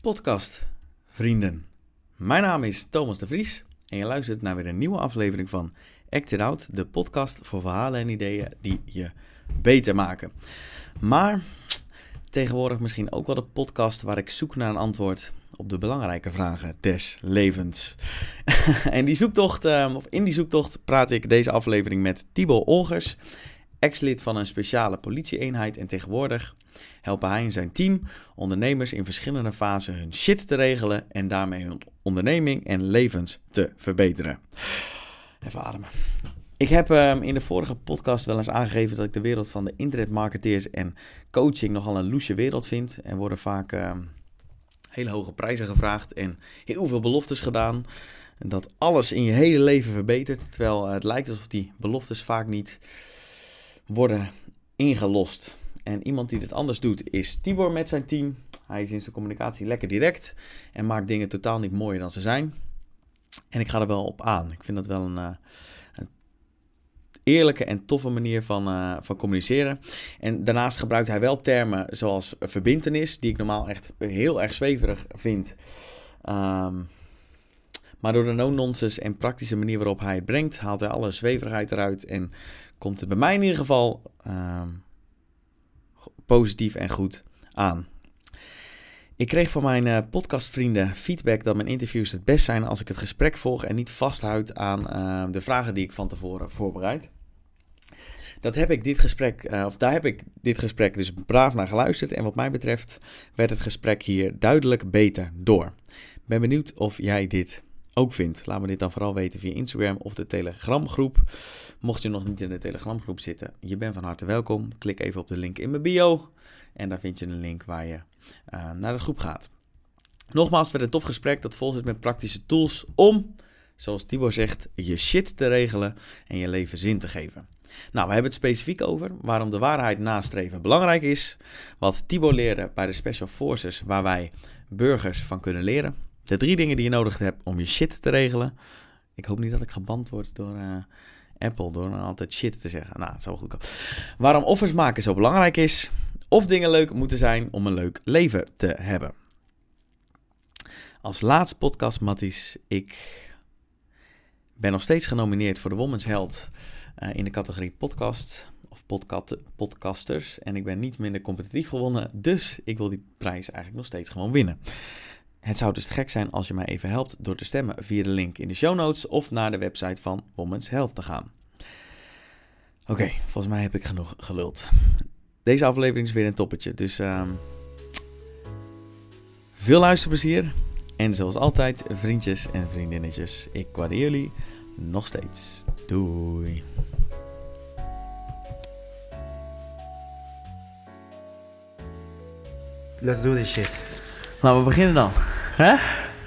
podcast, vrienden. Mijn naam is Thomas de Vries en je luistert naar weer een nieuwe aflevering van Act It Out, de podcast voor verhalen en ideeën die je beter maken. Maar tegenwoordig misschien ook wel de podcast waar ik zoek naar een antwoord op de belangrijke vragen des levens. En in die zoektocht praat ik deze aflevering met Thibaut Olgers, ex-lid van een speciale politieeenheid en tegenwoordig helpen hij en zijn team ondernemers in verschillende fasen hun shit te regelen en daarmee hun onderneming en levens te verbeteren. Even ademen. Ik heb in de vorige podcast wel eens aangegeven dat ik de wereld van de internetmarketeers en coaching nogal een loesje wereld vind. Er worden vaak hele hoge prijzen gevraagd en heel veel beloftes gedaan. Dat alles in je hele leven verbetert, terwijl het lijkt alsof die beloftes vaak niet worden ingelost. En iemand die dit anders doet is Tibor met zijn team. Hij is in zijn communicatie lekker direct en maakt dingen totaal niet mooier dan ze zijn. En ik ga er wel op aan. Ik vind dat wel een eerlijke en toffe manier van communiceren. En daarnaast gebruikt hij wel termen zoals verbintenis, die ik normaal echt heel erg zweverig vind. Maar door de no-nonsense en praktische manier waarop hij het brengt, haalt hij alle zweverigheid eruit en komt het bij mij in ieder geval positief en goed aan. Ik kreeg van mijn podcastvrienden feedback dat mijn interviews het best zijn als ik het gesprek volg en niet vasthoud aan de vragen die ik van tevoren voorbereid. Daar heb ik dit gesprek dus braaf naar geluisterd en wat mij betreft werd het gesprek hier duidelijk beter door. Ben benieuwd of jij dit ook vindt. Laat me dit dan vooral weten via Instagram of de Telegramgroep. Mocht je nog niet in de Telegramgroep zitten, je bent van harte welkom. Klik even op de link in mijn bio en daar vind je een link waar je naar de groep gaat. Nogmaals, het werd een tof gesprek dat vol zit met praktische tools om, zoals Thibaut zegt, je shit te regelen en je leven zin te geven. Nou, we hebben het specifiek over waarom de waarheid nastreven belangrijk is, wat Thibaut leerde bij de Special Forces waar wij burgers van kunnen leren. De 3 dingen die je nodig hebt om je shit te regelen. Ik hoop niet dat ik geband word door Apple door altijd shit te zeggen. Nou, het zal goed komen. Waarom offers maken zo belangrijk is. Of dingen leuk moeten zijn om een leuk leven te hebben. Als laatste podcast, Matties. Ik ben nog steeds genomineerd voor de Women's Health in de categorie podcast of podcasters. En ik ben niet minder competitief gewonnen. Dus ik wil die prijs eigenlijk nog steeds gewoon winnen. Het zou dus te gek zijn als je mij even helpt door te stemmen via de link in de show notes of naar de website van Women's Health te gaan. Oké, volgens mij heb ik genoeg geluld. Deze aflevering is weer een toppetje, dus veel luisterplezier. En zoals altijd, vriendjes en vriendinnetjes, ik waardeer jullie nog steeds. Doei. Let's do this shit. Laten we beginnen dan. Hè?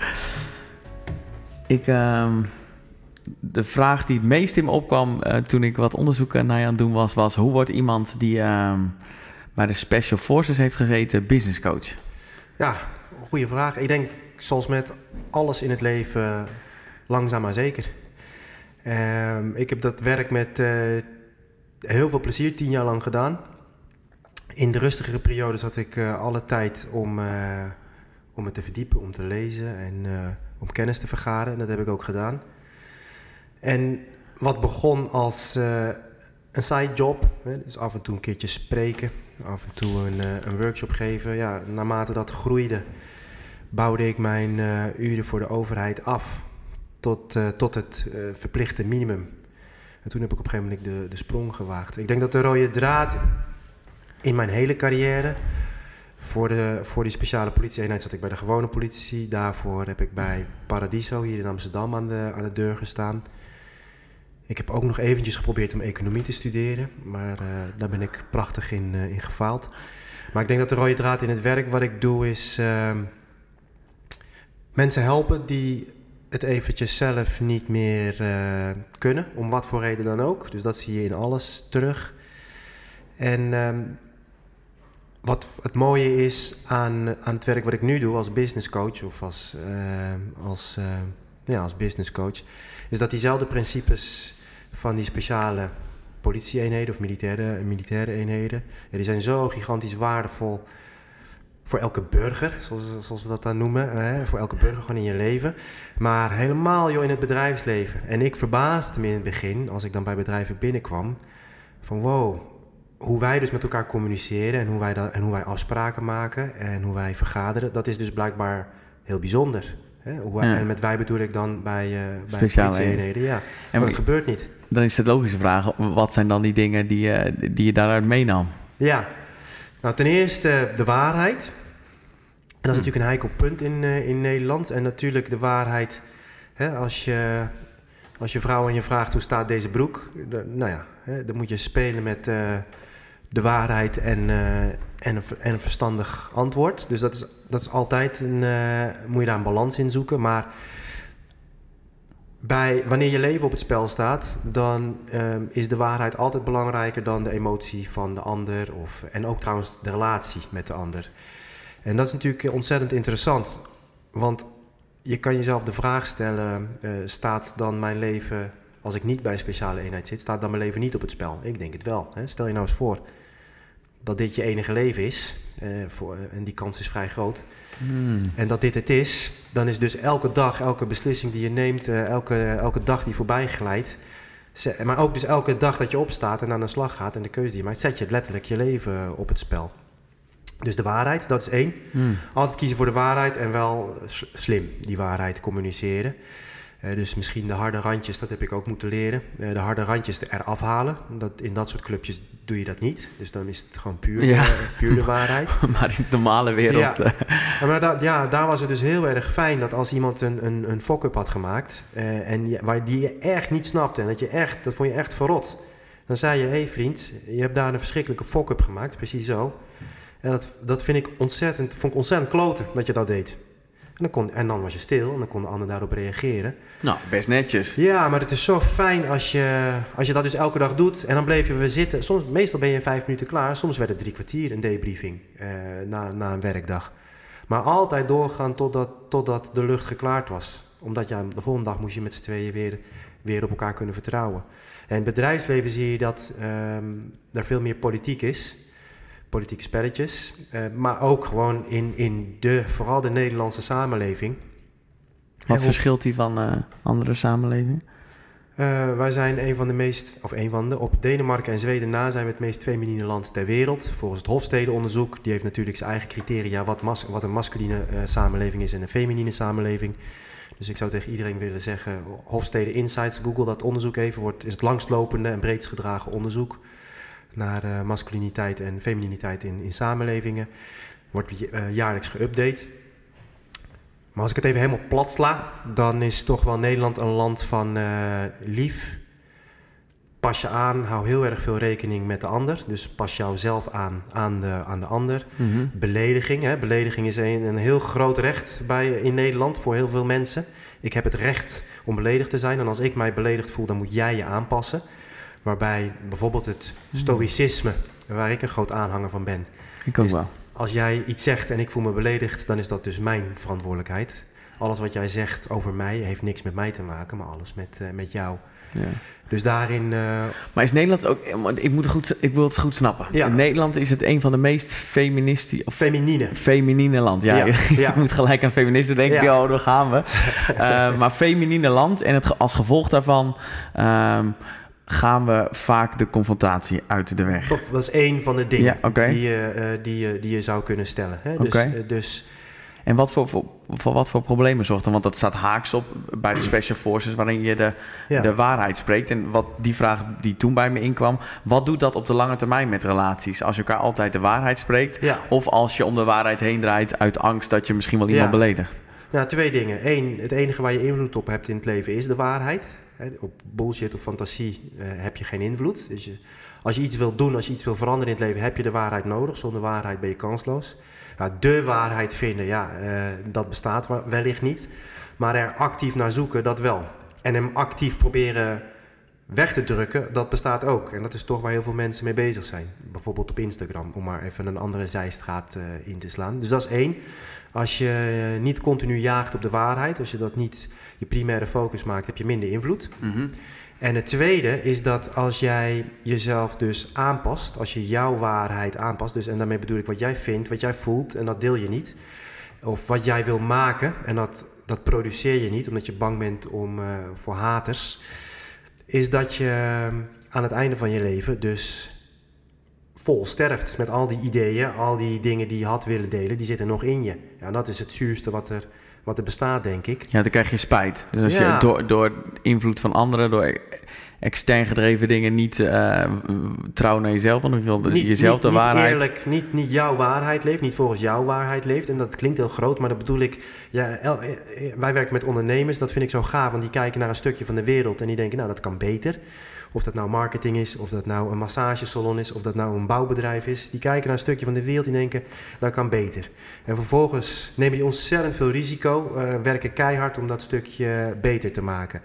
De vraag die het meest in me opkwam toen ik wat onderzoeken naar je aan het doen was hoe wordt iemand die bij de Special Forces heeft gezeten business coach? Ja, goede vraag. Ik denk zoals met alles in het leven langzaam maar zeker. Ik heb dat werk met heel veel plezier 10 jaar lang gedaan. In de rustigere periodes had ik alle tijd om me te verdiepen, om te lezen en om kennis te vergaren. En dat heb ik ook gedaan. En wat begon als een sidejob, dus af en toe een keertje spreken, af en toe een workshop geven. Ja, naarmate dat groeide, bouwde ik mijn uren voor de overheid af tot het verplichte minimum. En toen heb ik op een gegeven moment de sprong gewaagd. Ik denk dat de rode draad in mijn hele carrière, voor die speciale politieeenheid zat ik bij de gewone politie. Daarvoor heb ik bij Paradiso hier in Amsterdam aan de deur gestaan. Ik heb ook nog eventjes geprobeerd om economie te studeren, maar daar ben ik prachtig in gefaald. Maar ik denk dat de rode draad in het werk wat ik doe is mensen helpen die het eventjes zelf niet meer kunnen, om wat voor reden dan ook. Dus dat zie je in alles terug. En wat het mooie is aan het werk wat ik nu doe als business coach of als business coach, is dat diezelfde principes van die speciale politie-eenheden of militaire eenheden, ja, die zijn zo gigantisch waardevol voor elke burger, zoals we dat dan noemen. Voor elke burger gewoon in je leven. Maar helemaal in het bedrijfsleven. En ik verbaasde me in het begin, als ik dan bij bedrijven binnenkwam, van wow, hoe wij dus met elkaar communiceren en hoe wij afspraken maken en hoe wij vergaderen, dat is dus blijkbaar heel bijzonder. En met wij bedoel ik dan bij politie-eenheden. Ja. En dat gebeurt niet. Dan is het logische vraag, wat zijn dan die dingen die je daaruit meenam? Ja, nou ten eerste de waarheid. En dat is natuurlijk een heikel punt in Nederland. En natuurlijk de waarheid, als je vrouw aan je vraagt hoe staat deze broek, dan moet je spelen met de waarheid en een verstandig antwoord. Dus dat is altijd moet je daar een balans in zoeken. Maar wanneer je leven op het spel staat, dan is de waarheid altijd belangrijker dan de emotie van de ander. En ook trouwens de relatie met de ander. En dat is natuurlijk ontzettend interessant. Want je kan jezelf de vraag stellen, staat dan mijn leven, als ik niet bij een speciale eenheid zit, staat dan mijn leven niet op het spel? Ik denk het wel. Stel je nou eens voor dat dit je enige leven is, en die kans is vrij groot, en dat dit het is, dan is dus elke dag, elke beslissing die je neemt, elke dag die voorbij glijdt, maar ook dus elke dag dat je opstaat en aan de slag gaat en de keuze die je maakt, zet je letterlijk je leven op het spel. Dus de waarheid, dat is 1. Altijd kiezen voor de waarheid en wel slim die waarheid communiceren. Dus misschien de harde randjes, dat heb ik ook moeten leren. De harde randjes eraf halen. In dat soort clubjes doe je dat niet. Dus dan is het gewoon puur de waarheid. Maar in de normale wereld... Ja. Maar daar was het dus heel erg fijn dat als iemand een fuck-up had gemaakt... waar die je echt niet snapte en dat vond je echt verrot. Dan zei je, hé vriend, je hebt daar een verschrikkelijke fuck-up gemaakt. Precies zo. En dat vond ik ontzettend kloten dat je dat deed. En dan was je stil en dan kon de ander daarop reageren. Nou, best netjes. Ja, maar het is zo fijn als je dat dus elke dag doet. En dan bleef je weer zitten. Meestal ben je in 5 minuten klaar. Soms werd het 3 kwartier een debriefing na een werkdag. Maar altijd doorgaan totdat de lucht geklaard was. Omdat de volgende dag moest je met z'n tweeën weer op elkaar kunnen vertrouwen. En in het bedrijfsleven zie je dat er veel meer politiek is. Politieke spelletjes, maar ook gewoon vooral de Nederlandse samenleving. Wat verschilt die van andere samenlevingen? Wij zijn op Denemarken en Zweden na zijn we het meest feminine land ter wereld. Volgens het Hofstede-onderzoek, die heeft natuurlijk zijn eigen criteria wat een masculine samenleving is en een feminine samenleving. Dus ik zou tegen iedereen willen zeggen, Hofstede Insights, Google dat onderzoek even, is het langstlopende en breedst gedragen onderzoek naar masculiniteit en femininiteit in samenlevingen. Wordt jaarlijks geüpdate. Maar als ik het even helemaal plat sla, dan is toch wel Nederland een land van lief. Pas je aan, hou heel erg veel rekening met de ander. Dus pas jouzelf aan de ander. Mm-hmm. Belediging. Belediging is een heel groot recht in Nederland voor heel veel mensen. Ik heb het recht om beledigd te zijn. En als ik mij beledigd voel, dan moet jij je aanpassen. Waarbij bijvoorbeeld het stoïcisme, waar ik een groot aanhanger van ben. Ik ook wel. Als jij iets zegt en ik voel me beledigd, dan is dat dus mijn verantwoordelijkheid. Alles wat jij zegt over mij heeft niks met mij te maken, maar alles met jou. Ja. Dus daarin... Maar is Nederland ook... Ik wil het goed snappen. Ja. In Nederland is het een van de meest feminine land. Ja, je moet gelijk aan feministen denken. Ja. Daar gaan we. Maar feminine land. En als gevolg daarvan... gaan we vaak de confrontatie uit de weg. Dat is één van de dingen die je zou kunnen stellen. Hè? Dus en wat voor problemen zorgt dan? Want dat staat haaks op bij de Special Forces, waarin je de waarheid spreekt. En wat die vraag die toen bij me inkwam, wat doet dat op de lange termijn met relaties? Als je elkaar altijd de waarheid spreekt, of als je om de waarheid heen draait uit angst dat je misschien wel iemand beledigt? Nou, 2 dingen. 1, het enige waar je invloed op hebt in het leven is de waarheid. Op bullshit of fantasie heb je geen invloed. Dus als je iets wil doen, als je iets wil veranderen in het leven, heb je de waarheid nodig. Zonder waarheid ben je kansloos. Nou, de waarheid vinden, dat bestaat wellicht niet. Maar er actief naar zoeken, dat wel. En hem actief proberen weg te drukken, dat bestaat ook. En dat is toch waar heel veel mensen mee bezig zijn. Bijvoorbeeld op Instagram, om maar even een andere zijstraat in te slaan. Dus dat is 1. Als je niet continu jaagt op de waarheid, als je dat niet je primaire focus maakt, heb je minder invloed. Mm-hmm. En het tweede is dat als jij jezelf dus aanpast, als je jouw waarheid aanpast, dus, en daarmee bedoel ik wat jij vindt, wat jij voelt, en dat deel je niet. Of wat jij wil maken, en dat produceer je niet, omdat je bang bent voor haters, is dat je aan het einde van je leven dus vol sterft met al die ideeën, al die dingen die je had willen delen, die zitten nog in je. Ja, en dat is het zuurste wat er bestaat, denk ik. Ja, dan krijg je spijt. Dus als je door invloed van anderen, door extern gedreven dingen niet trouw naar jezelf, want je wil jezelf de waarheid. Niet eerlijk, niet jouw waarheid leeft, niet volgens jouw waarheid leeft. En dat klinkt heel groot, maar dat bedoel ik. Ja, wij werken met ondernemers, dat vind ik zo gaaf, want die kijken naar een stukje van de wereld en die denken, nou, dat kan beter. Of dat nou marketing is, of dat nou een massagesalon is, of dat nou een bouwbedrijf is. Die kijken naar een stukje van de wereld en denken, dat kan beter. En vervolgens nemen die ontzettend veel risico, werken keihard om dat stukje beter te maken.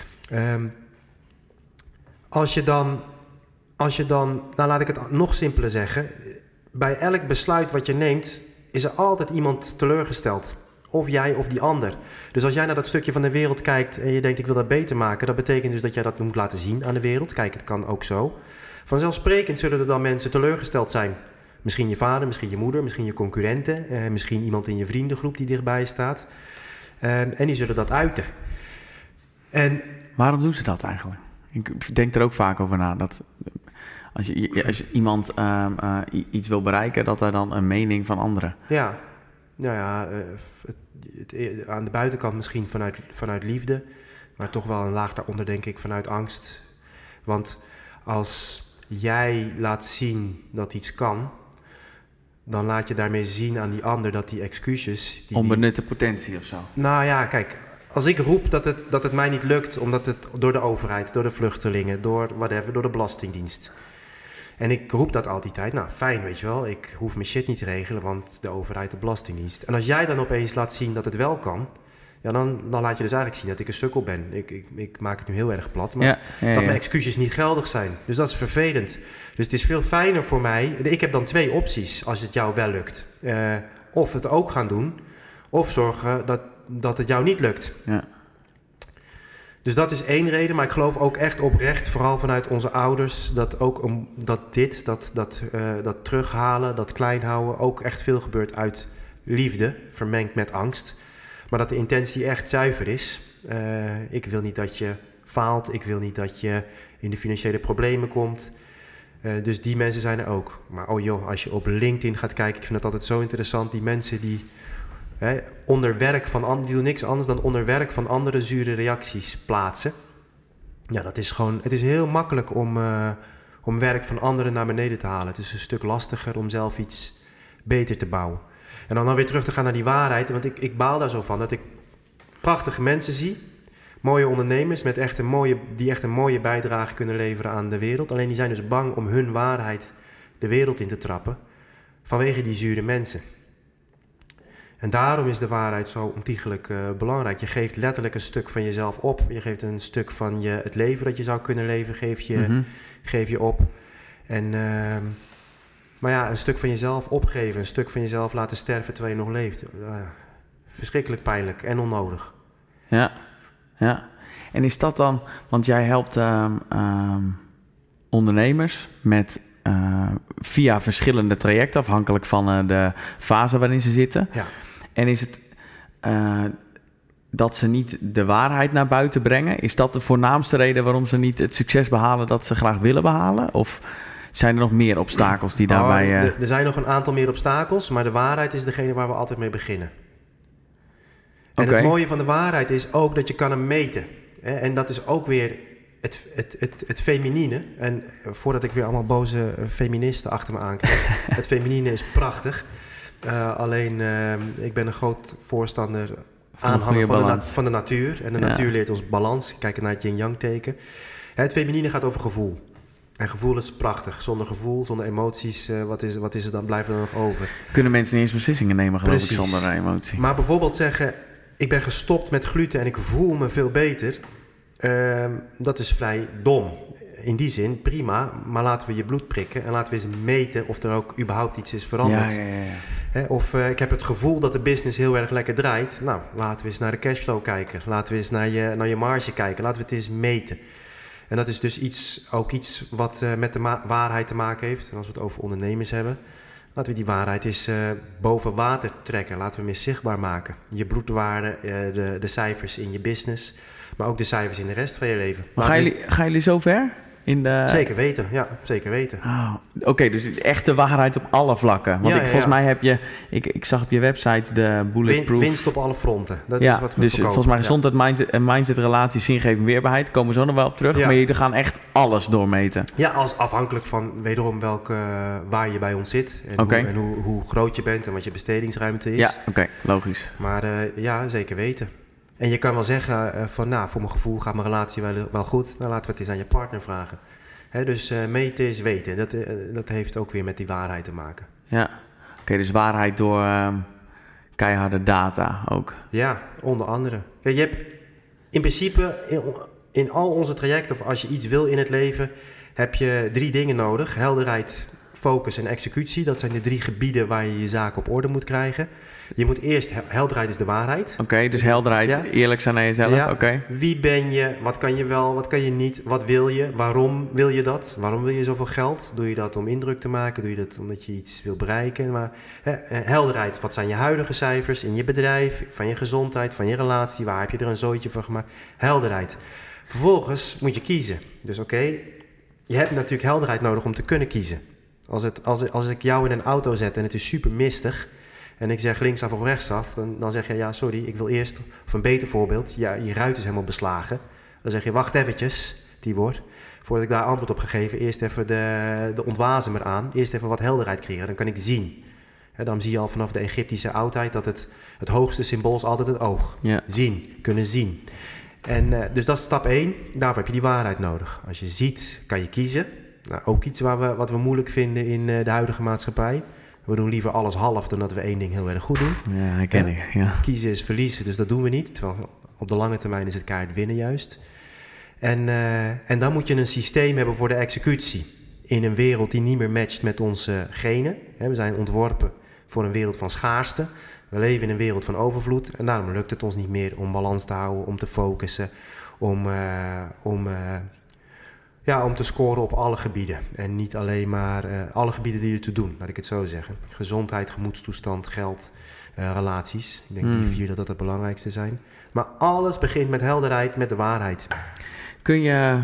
Als je dan, nou laat ik het nog simpeler zeggen, bij elk besluit wat je neemt, is er altijd iemand teleurgesteld. Of jij of die ander. Dus als jij naar dat stukje van de wereld kijkt en je denkt ik wil dat beter maken, dat betekent dus dat jij dat moet laten zien aan de wereld. Kijk, het kan ook zo. Vanzelfsprekend zullen er dan mensen teleurgesteld zijn. Misschien je vader, misschien je moeder, misschien je concurrenten, misschien iemand in je vriendengroep die dichtbij staat. En die zullen dat uiten. En waarom doen ze dat eigenlijk? Ik denk er ook vaak over na. Dat als iemand iets wil bereiken, dat er dan een mening van anderen. Ja, nou ja, aan de buitenkant misschien vanuit liefde, maar toch wel een laag daaronder denk ik vanuit angst. Want als jij laat zien dat iets kan, dan laat je daarmee zien aan die ander dat die excuses... Onbenutte potentie of zo. Nou ja, kijk, als ik roep dat het mij niet lukt, omdat het door de overheid, door de vluchtelingen, door de Belastingdienst. En ik roep dat al die tijd. Nou, fijn, weet je wel. Ik hoef mijn shit niet te regelen, want de overheid, de Belastingdienst. En als jij dan opeens laat zien dat het wel kan, ja, dan laat je dus eigenlijk zien dat ik een sukkel ben. Ik maak het nu heel erg plat, maar dat mijn excuses niet geldig zijn. Dus dat is vervelend. Dus het is veel fijner voor mij. Ik heb dan 2 opties als het jou wel lukt. Of het ook gaan doen, of zorgen dat het jou niet lukt. Ja. Dus dat is 1 reden, maar ik geloof ook echt oprecht, vooral vanuit onze ouders, dat terughalen, dat klein houden, ook echt veel gebeurt uit liefde, vermengd met angst. Maar dat de intentie echt zuiver is. Ik wil niet dat je faalt, ik wil niet dat je in de financiële problemen komt. Dus die mensen zijn er ook. Maar oh joh, als je op LinkedIn gaat kijken, ik vind het altijd zo interessant, die mensen die... onder werk van anderen, die doen niks anders dan onder werk van andere zure reacties plaatsen. Ja, dat is gewoon, het is heel makkelijk om werk van anderen naar beneden te halen. Het is een stuk lastiger om zelf iets beter te bouwen. En dan weer terug te gaan naar die waarheid, want ik baal daar zo van dat ik prachtige mensen zie, mooie ondernemers die echt een mooie bijdrage kunnen leveren aan de wereld. Alleen die zijn dus bang om hun waarheid de wereld in te trappen vanwege die zure mensen. En daarom is de waarheid zo ontiegelijk belangrijk. Je geeft letterlijk een stuk van jezelf op. Je geeft een stuk van het leven dat je zou kunnen leven, geef je op. En, maar ja, een stuk van jezelf opgeven, een stuk van jezelf laten sterven terwijl je nog leeft. Verschrikkelijk pijnlijk en onnodig. Ja. En is dat dan, want jij helpt ondernemers met... via verschillende trajecten, afhankelijk van de fase waarin ze zitten. Ja. En is het dat ze niet de waarheid naar buiten brengen? Is dat de voornaamste reden waarom ze niet het succes behalen dat ze graag willen behalen? Of zijn er nog meer obstakels die daarbij... Er zijn nog een aantal meer obstakels, maar de waarheid is degene waar we altijd mee beginnen. En het mooie van de waarheid is ook dat je kan hem meten. En dat is ook weer... Het feminine, en voordat ik weer allemaal boze feministen achter me aankrijg, het feminine is prachtig. Alleen, ik ben een groot voorstander, aanhanger van de natuur. En de natuur leert ons balans. Kijken naar het yin-yang teken. Het feminine gaat over gevoel. En gevoel is prachtig. Zonder gevoel, zonder emoties, wat is er dan, blijft er nog over? Kunnen mensen niet eens beslissingen nemen, geloof ik, zonder emotie. Maar bijvoorbeeld zeggen, ik ben gestopt met gluten en ik voel me veel beter. Dat is vrij dom. In die zin, prima, maar laten we je bloed prikken en laten we eens meten of er ook überhaupt iets is veranderd. Ja. Of ik heb het gevoel dat de business heel erg lekker draait. Nou, laten we eens naar de cashflow kijken. Laten we eens naar je marge kijken. Laten we het eens meten. En dat is dus iets wat met de waarheid te maken heeft. En als we het over ondernemers hebben, laten we die waarheid eens boven water trekken. Laten we hem eens zichtbaar maken. Je broedwaarde, de cijfers in je business, maar ook de cijfers in de rest van je leven. Maar gaan jullie zo ver? Zeker weten, ja, zeker weten. Oh, Oké, dus echt de waarheid op alle vlakken. Want volgens mij heb je, ik zag op je website de Bulletproof. Winst op alle fronten, dat is wat we dus verkopen. Volgens mij gezondheid, mindset, relaties, zingeving, weerbaarheid. Komen we zo nog wel op terug. Ja. Maar jullie gaan echt alles doormeten. Ja, afhankelijk van wederom waar je bij ons zit. En hoe groot je bent en wat je bestedingsruimte is. Ja, oké, logisch. Maar ja, zeker weten. En je kan wel zeggen voor mijn gevoel gaat mijn relatie wel goed. Nou, laten we het eens aan je partner vragen. Dus meten is weten. Dat heeft ook weer met die waarheid te maken. Ja, oké, dus waarheid door keiharde data ook. Ja, onder andere. Kijk, je hebt in principe in al onze trajecten, of als je iets wil in het leven, heb je 3 dingen nodig. Helderheid, focus en executie. Dat zijn de 3 gebieden waar je je zaken op orde moet krijgen. Je moet eerst, helderheid is de waarheid. Oké, dus helderheid, eerlijk zijn naar jezelf. Ja. Okay. Wie ben je? Wat kan je wel? Wat kan je niet? Wat wil je? Waarom wil je dat? Waarom wil je zoveel geld? Doe je dat om indruk te maken? Doe je dat omdat je iets wil bereiken? Maar helderheid, wat zijn je huidige cijfers in je bedrijf, van je gezondheid, van je relatie? Waar heb je er een zooitje van gemaakt? Helderheid. Vervolgens moet je kiezen. Dus je hebt natuurlijk helderheid nodig om te kunnen kiezen. Als ik jou in een auto zet en het is super mistig en ik zeg linksaf of rechtsaf, dan zeg je ja, sorry, ik wil eerst, of een beter voorbeeld, ja, je ruit is helemaal beslagen. Dan zeg je wacht eventjes, Tibor, voordat ik daar antwoord op ga geven, eerst even de ontwasemer aan, eerst even wat helderheid creëren, dan kan ik zien. Dan zie je al vanaf de Egyptische oudheid dat het hoogste symbool is altijd het oog. Ja. Zien, kunnen zien. En dus dat is stap 1, daarvoor heb je die waarheid nodig. Als je ziet, kan je kiezen. Nou, ook iets wat we moeilijk vinden in de huidige maatschappij. We doen liever alles half dan dat we 1 ding heel erg goed doen. Ja, dat ken ik. Ja. Kiezen is verliezen, dus dat doen we niet. Terwijl op de lange termijn is het keihard winnen juist. En dan moet je een systeem hebben voor de executie. In een wereld die niet meer matcht met onze genen. We zijn ontworpen voor een wereld van schaarste. We leven in een wereld van overvloed. En daarom lukt het ons niet meer om balans te houden, om te focussen, om te scoren op alle gebieden. En niet alleen maar alle gebieden die ertoe doen, laat ik het zo zeggen. Gezondheid, gemoedstoestand, geld, relaties. Ik denk die 4 dat het belangrijkste zijn. Maar alles begint met helderheid, met de waarheid. Kun je,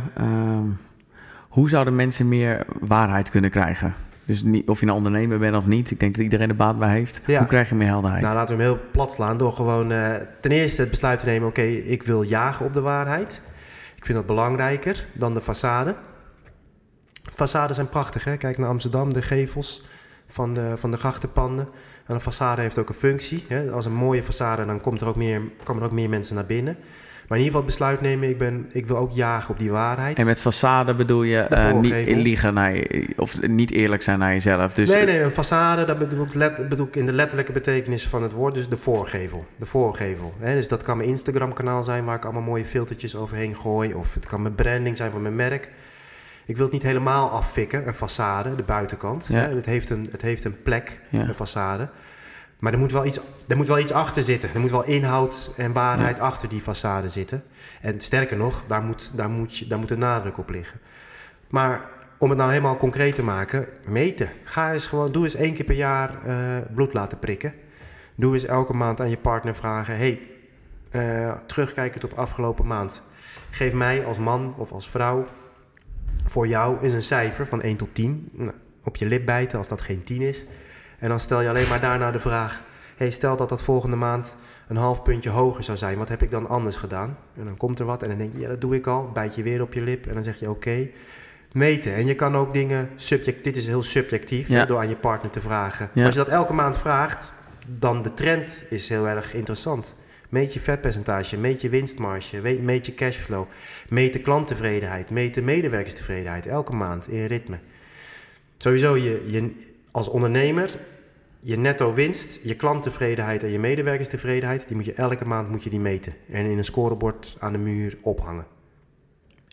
hoe zouden mensen meer waarheid kunnen krijgen? Dus niet, of je nou ondernemer bent of niet. Ik denk dat iedereen er baat bij heeft. Ja. Hoe krijg je meer helderheid? Nou, laten we hem heel plat slaan door gewoon ten eerste het besluit te nemen. Oké, ik wil jagen op de waarheid. Ik vind dat belangrijker dan de façade. Façades zijn prachtig, hè? Kijk naar Amsterdam, de gevels van de grachtenpanden. En een façade heeft ook een functie. Hè? Als een mooie façade, dan komen er ook meer mensen naar binnen. Maar in ieder geval het besluit nemen, ik wil ook jagen op die waarheid. En met façade bedoel je niet liegen of niet eerlijk zijn naar jezelf? Dus nee, een façade, dat bedoel ik in de letterlijke betekenis van het woord, dus de voorgevel. De voorgevel. Hè? Dus dat kan mijn Instagram-kanaal zijn waar ik allemaal mooie filtertjes overheen gooi. Of het kan mijn branding zijn van mijn merk. Ik wil het niet helemaal affikken, een façade, de buitenkant. Ja. Hè? Het heeft een plek, een façade. Maar er moet wel iets achter zitten. Er moet wel inhoud en waarheid achter die façade zitten. En sterker nog, daar moet de nadruk op liggen. Maar om het nou helemaal concreet te maken, meten. Doe eens 1 keer per jaar bloed laten prikken. Doe eens elke maand aan je partner vragen, terugkijkend op afgelopen maand. Geef mij als man of als vrouw voor jou eens een cijfer van 1 tot 10. Nou, op je lip bijten als dat geen 10 is. En dan stel je alleen maar daarna de vraag, stel dat volgende maand een half puntje hoger zou zijn. Wat heb ik dan anders gedaan? En dan komt er wat en dan denk je, ja, dat doe ik al. Bijt je weer op je lip en dan zeg je oké. Meten. En je kan ook dingen, dit is heel subjectief, door aan je partner te vragen. Ja. Als je dat elke maand vraagt, dan de trend is heel erg interessant. Meet je vetpercentage, meet je winstmarge, meet je cashflow. Meet de klanttevredenheid, meet de medewerkerstevredenheid. Elke maand in ritme. Sowieso als ondernemer, je netto winst, je klanttevredenheid en je medewerkerstevredenheid, elke maand moet je die meten. En in een scorebord aan de muur ophangen.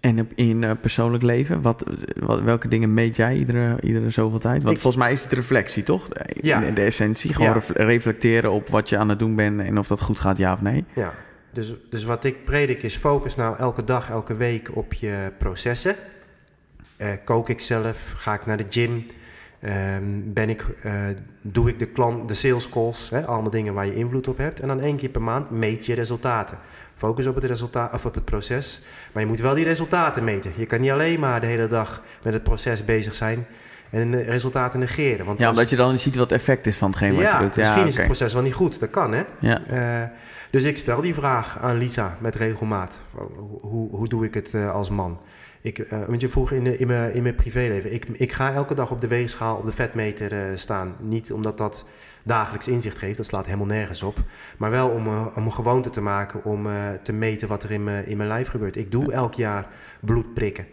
En in persoonlijk leven, welke dingen meet jij iedere zoveel tijd? Want volgens mij is het reflectie, toch? In de essentie, gewoon reflecteren op wat je aan het doen bent en of dat goed gaat, ja of nee. Ja, dus wat ik predik is focus nou elke dag, elke week op je processen. Kook ik zelf, ga ik naar de gym, doe ik de sales calls, allemaal dingen waar je invloed op hebt. En dan 1 keer per maand meet je resultaten. Focus op het resultaat of op het proces, maar je moet wel die resultaten meten. Je kan niet alleen maar de hele dag met het proces bezig zijn en de resultaten negeren. Want omdat je dan ziet wat het effect is van hetgeen wat je doet. Misschien is het proces wel niet goed, dat kan hè. Ja. Dus ik stel die vraag aan Lisa met regelmaat. Hoe doe ik het als man? Want je vroeg in mijn privéleven. Ik ga elke dag op de weegschaal, op de vetmeter staan. Niet omdat dat dagelijks inzicht geeft, dat slaat helemaal nergens op. Maar wel om een gewoonte te maken om te meten wat er in mijn lijf gebeurt. Ik doe elk jaar bloed prikken.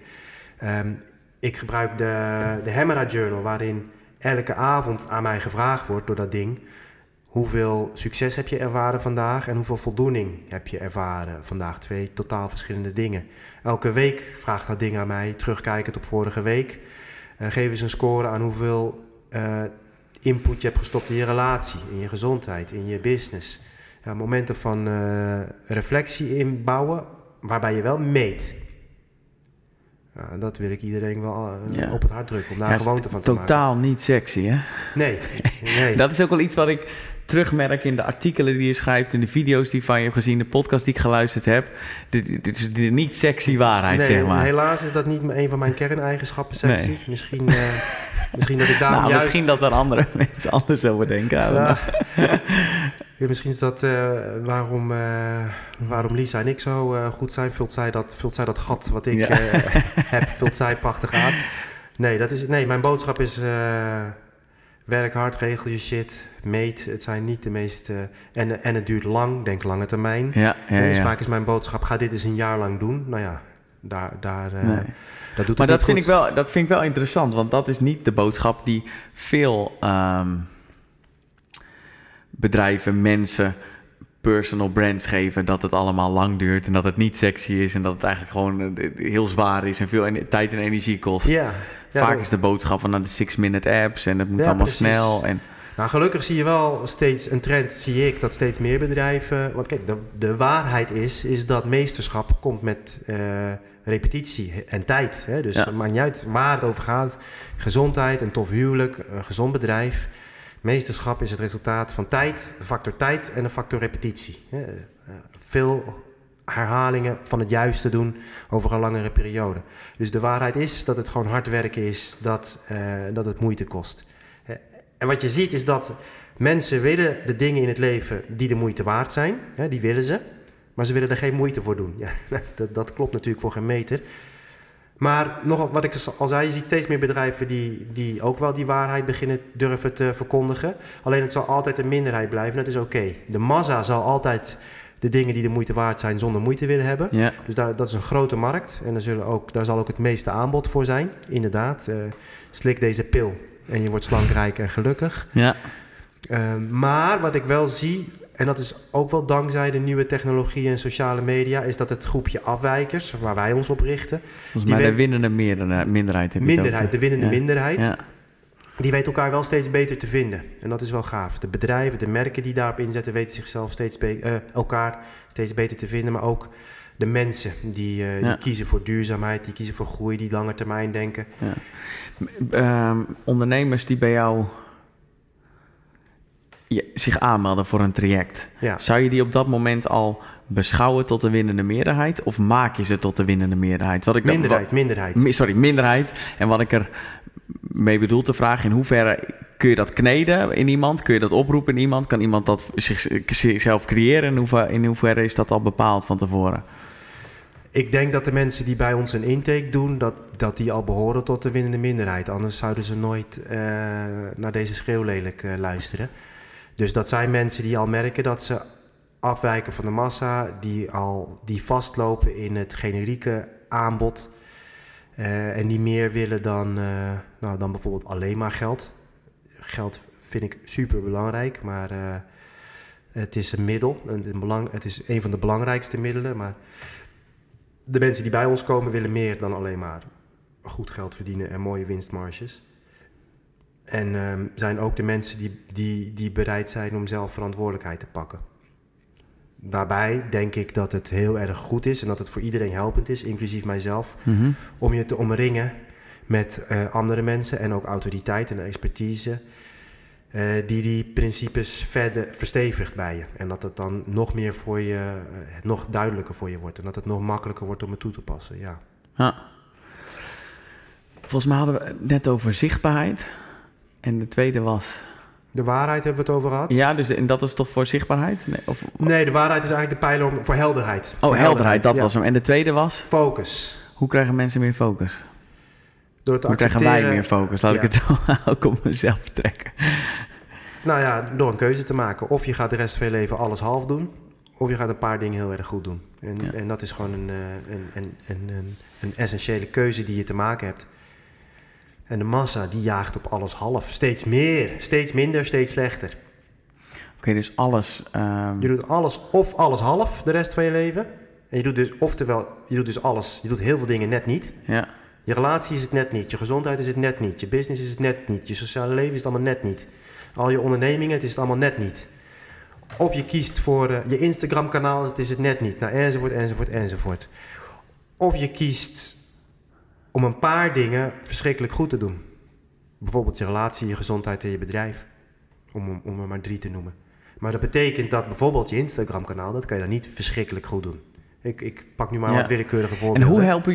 Ik gebruik de Hemera Journal, waarin elke avond aan mij gevraagd wordt door dat ding: hoeveel succes heb je ervaren vandaag en hoeveel voldoening heb je ervaren vandaag? 2 totaal verschillende dingen. Elke week vraagt dat ding aan mij, terugkijkend op vorige week. Geef eens een score aan hoeveel input je hebt gestopt in je relatie, in je gezondheid, in je business. Momenten van reflectie inbouwen, waarbij je wel meet. Dat wil ik iedereen wel op het hart drukken, om daar een gewoonte van te maken. Totaal niet sexy, hè? Nee. Dat is ook wel iets wat ik terugmerk in de artikelen die je schrijft, in de video's die van je hebt gezien, de podcast die ik geluisterd heb. Dit is de niet sexy waarheid, zeg maar. Helaas is dat niet een van mijn kerneigenschappen, sexy. Nee. Misschien dat ik daarom juist... Misschien dat er andere mensen anders over denken. Misschien is dat waarom Lisa en ik zo goed zijn. Vult zij dat gat wat ik heb, vult zij prachtig aan. Nee, mijn boodschap is... werk hard, regel je shit, meet. Het zijn niet de meest... en het duurt lang, denk lange termijn. Dus vaak is mijn boodschap, ga dit eens een jaar lang doen. Nou ja, dat doet het niet goed. Dat vind ik wel interessant, want dat is niet de boodschap die veel bedrijven, mensen, personal brands geven, dat het allemaal lang duurt en dat het niet sexy is en dat het eigenlijk gewoon heel zwaar is en veel tijd en energie kost. Vaak is de boodschap van de 6-minute apps en het moet allemaal precies. Snel. Nou, gelukkig zie je wel steeds een trend, zie ik, dat steeds meer bedrijven... Want kijk, de waarheid is dat meesterschap komt met repetitie en tijd. Hè? Dus het maakt niet uit waar het over gaat. Gezondheid, een tof huwelijk, een gezond bedrijf. Meesterschap is het resultaat van tijd, een factor tijd en een factor repetitie. Veel herhalingen van het juiste doen over een langere periode. Dus de waarheid is dat het gewoon hard werken is, dat het moeite kost. En wat je ziet is dat mensen willen de dingen in het leven die de moeite waard zijn. Die willen ze, maar ze willen er geen moeite voor doen. Ja, dat klopt natuurlijk voor geen meter. Maar nog wat ik al zei, je ziet steeds meer bedrijven die ook wel die waarheid beginnen durven te verkondigen. Alleen het zal altijd een minderheid blijven, dat is oké. De massa zal altijd de dingen die de moeite waard zijn zonder moeite willen hebben. Ja. Dus dat is een grote markt en daar zal ook het meeste aanbod voor zijn. Inderdaad, slik deze pil en je wordt slank, rijk en gelukkig. Ja. Maar wat ik wel zie, en dat is ook wel dankzij de nieuwe technologie en sociale media, is dat het groepje afwijkers, waar wij ons op richten... Volgens mij de winnende minderheid. De winnende minderheid. Ja. Die weten elkaar wel steeds beter te vinden. En dat is wel gaaf. De bedrijven, de merken die daarop inzetten, weten zichzelf elkaar steeds beter te vinden. Maar ook de mensen die kiezen voor duurzaamheid, die kiezen voor groei, die lange termijn denken. Ja. Ondernemers die bij jou zich aanmelden voor een traject. Ja. Zou je die op dat moment al beschouwen tot de winnende meerderheid? Of maak je ze tot de winnende meerderheid? Minderheid. En wat ik er mee bedoel te vragen, in hoeverre kun je dat kneden in iemand? Kun je dat oproepen in iemand? Kan iemand dat zichzelf creëren? In hoeverre is dat al bepaald van tevoren? Ik denk dat de mensen die bij ons een intake doen, dat die al behoren tot de winnende minderheid. Anders zouden ze nooit naar deze schreeuwlelijk luisteren. Dus dat zijn mensen die al merken dat ze afwijken van de massa, die vastlopen in het generieke aanbod en die meer willen dan bijvoorbeeld alleen maar geld. Geld vind ik super belangrijk, maar het is een middel. Het is een van de belangrijkste middelen, maar de mensen die bij ons komen willen meer dan alleen maar goed geld verdienen en mooie winstmarges. En zijn ook de mensen die bereid zijn om zelf verantwoordelijkheid te pakken. Daarbij denk ik dat het heel erg goed is en dat het voor iedereen helpend is, inclusief mijzelf, om je te omringen met andere mensen en ook autoriteit en expertise die principes verder verstevigt bij je. En dat het dan nog meer voor je, nog duidelijker voor je wordt en dat het nog makkelijker wordt om het toe te passen, ja. Volgens mij hadden we het net over zichtbaarheid en de tweede was... De waarheid hebben we het over gehad. Ja, dus en dat is toch voor zichtbaarheid? Nee, de waarheid is eigenlijk de pijler voor helderheid. Oh, helderheid, dat was hem. En de tweede was? Focus. Hoe krijgen mensen meer focus? Door te Hoe krijgen wij meer focus? Laat ik het ook op mezelf betrekken. Nou ja, door een keuze te maken. Of je gaat de rest van je leven alles half doen, of je gaat een paar dingen heel erg goed doen. En dat is gewoon een essentiële keuze die je te maken hebt. En de massa die jaagt op alles half. Steeds meer, steeds minder, steeds slechter. Oké, dus alles... Je doet alles of alles half de rest van je leven. En je doet dus, je doet dus alles. Je doet heel veel dingen net niet. Ja. Je relatie is het net niet. Je gezondheid is het net niet. Je business is het net niet. Je sociale leven is het allemaal net niet. Al je ondernemingen, het is het allemaal net niet. Of je kiest voor je Instagram-kanaal, het is het net niet. Nou, enzovoort, enzovoort, enzovoort. Of je kiest om een paar dingen verschrikkelijk goed te doen. Bijvoorbeeld je relatie, je gezondheid en je bedrijf. Om er maar 3 te noemen. Maar dat betekent dat bijvoorbeeld je Instagram-kanaal, dat kan je dan niet verschrikkelijk goed doen. Ik pak nu maar wat willekeurige voorbeelden. En hoe helpen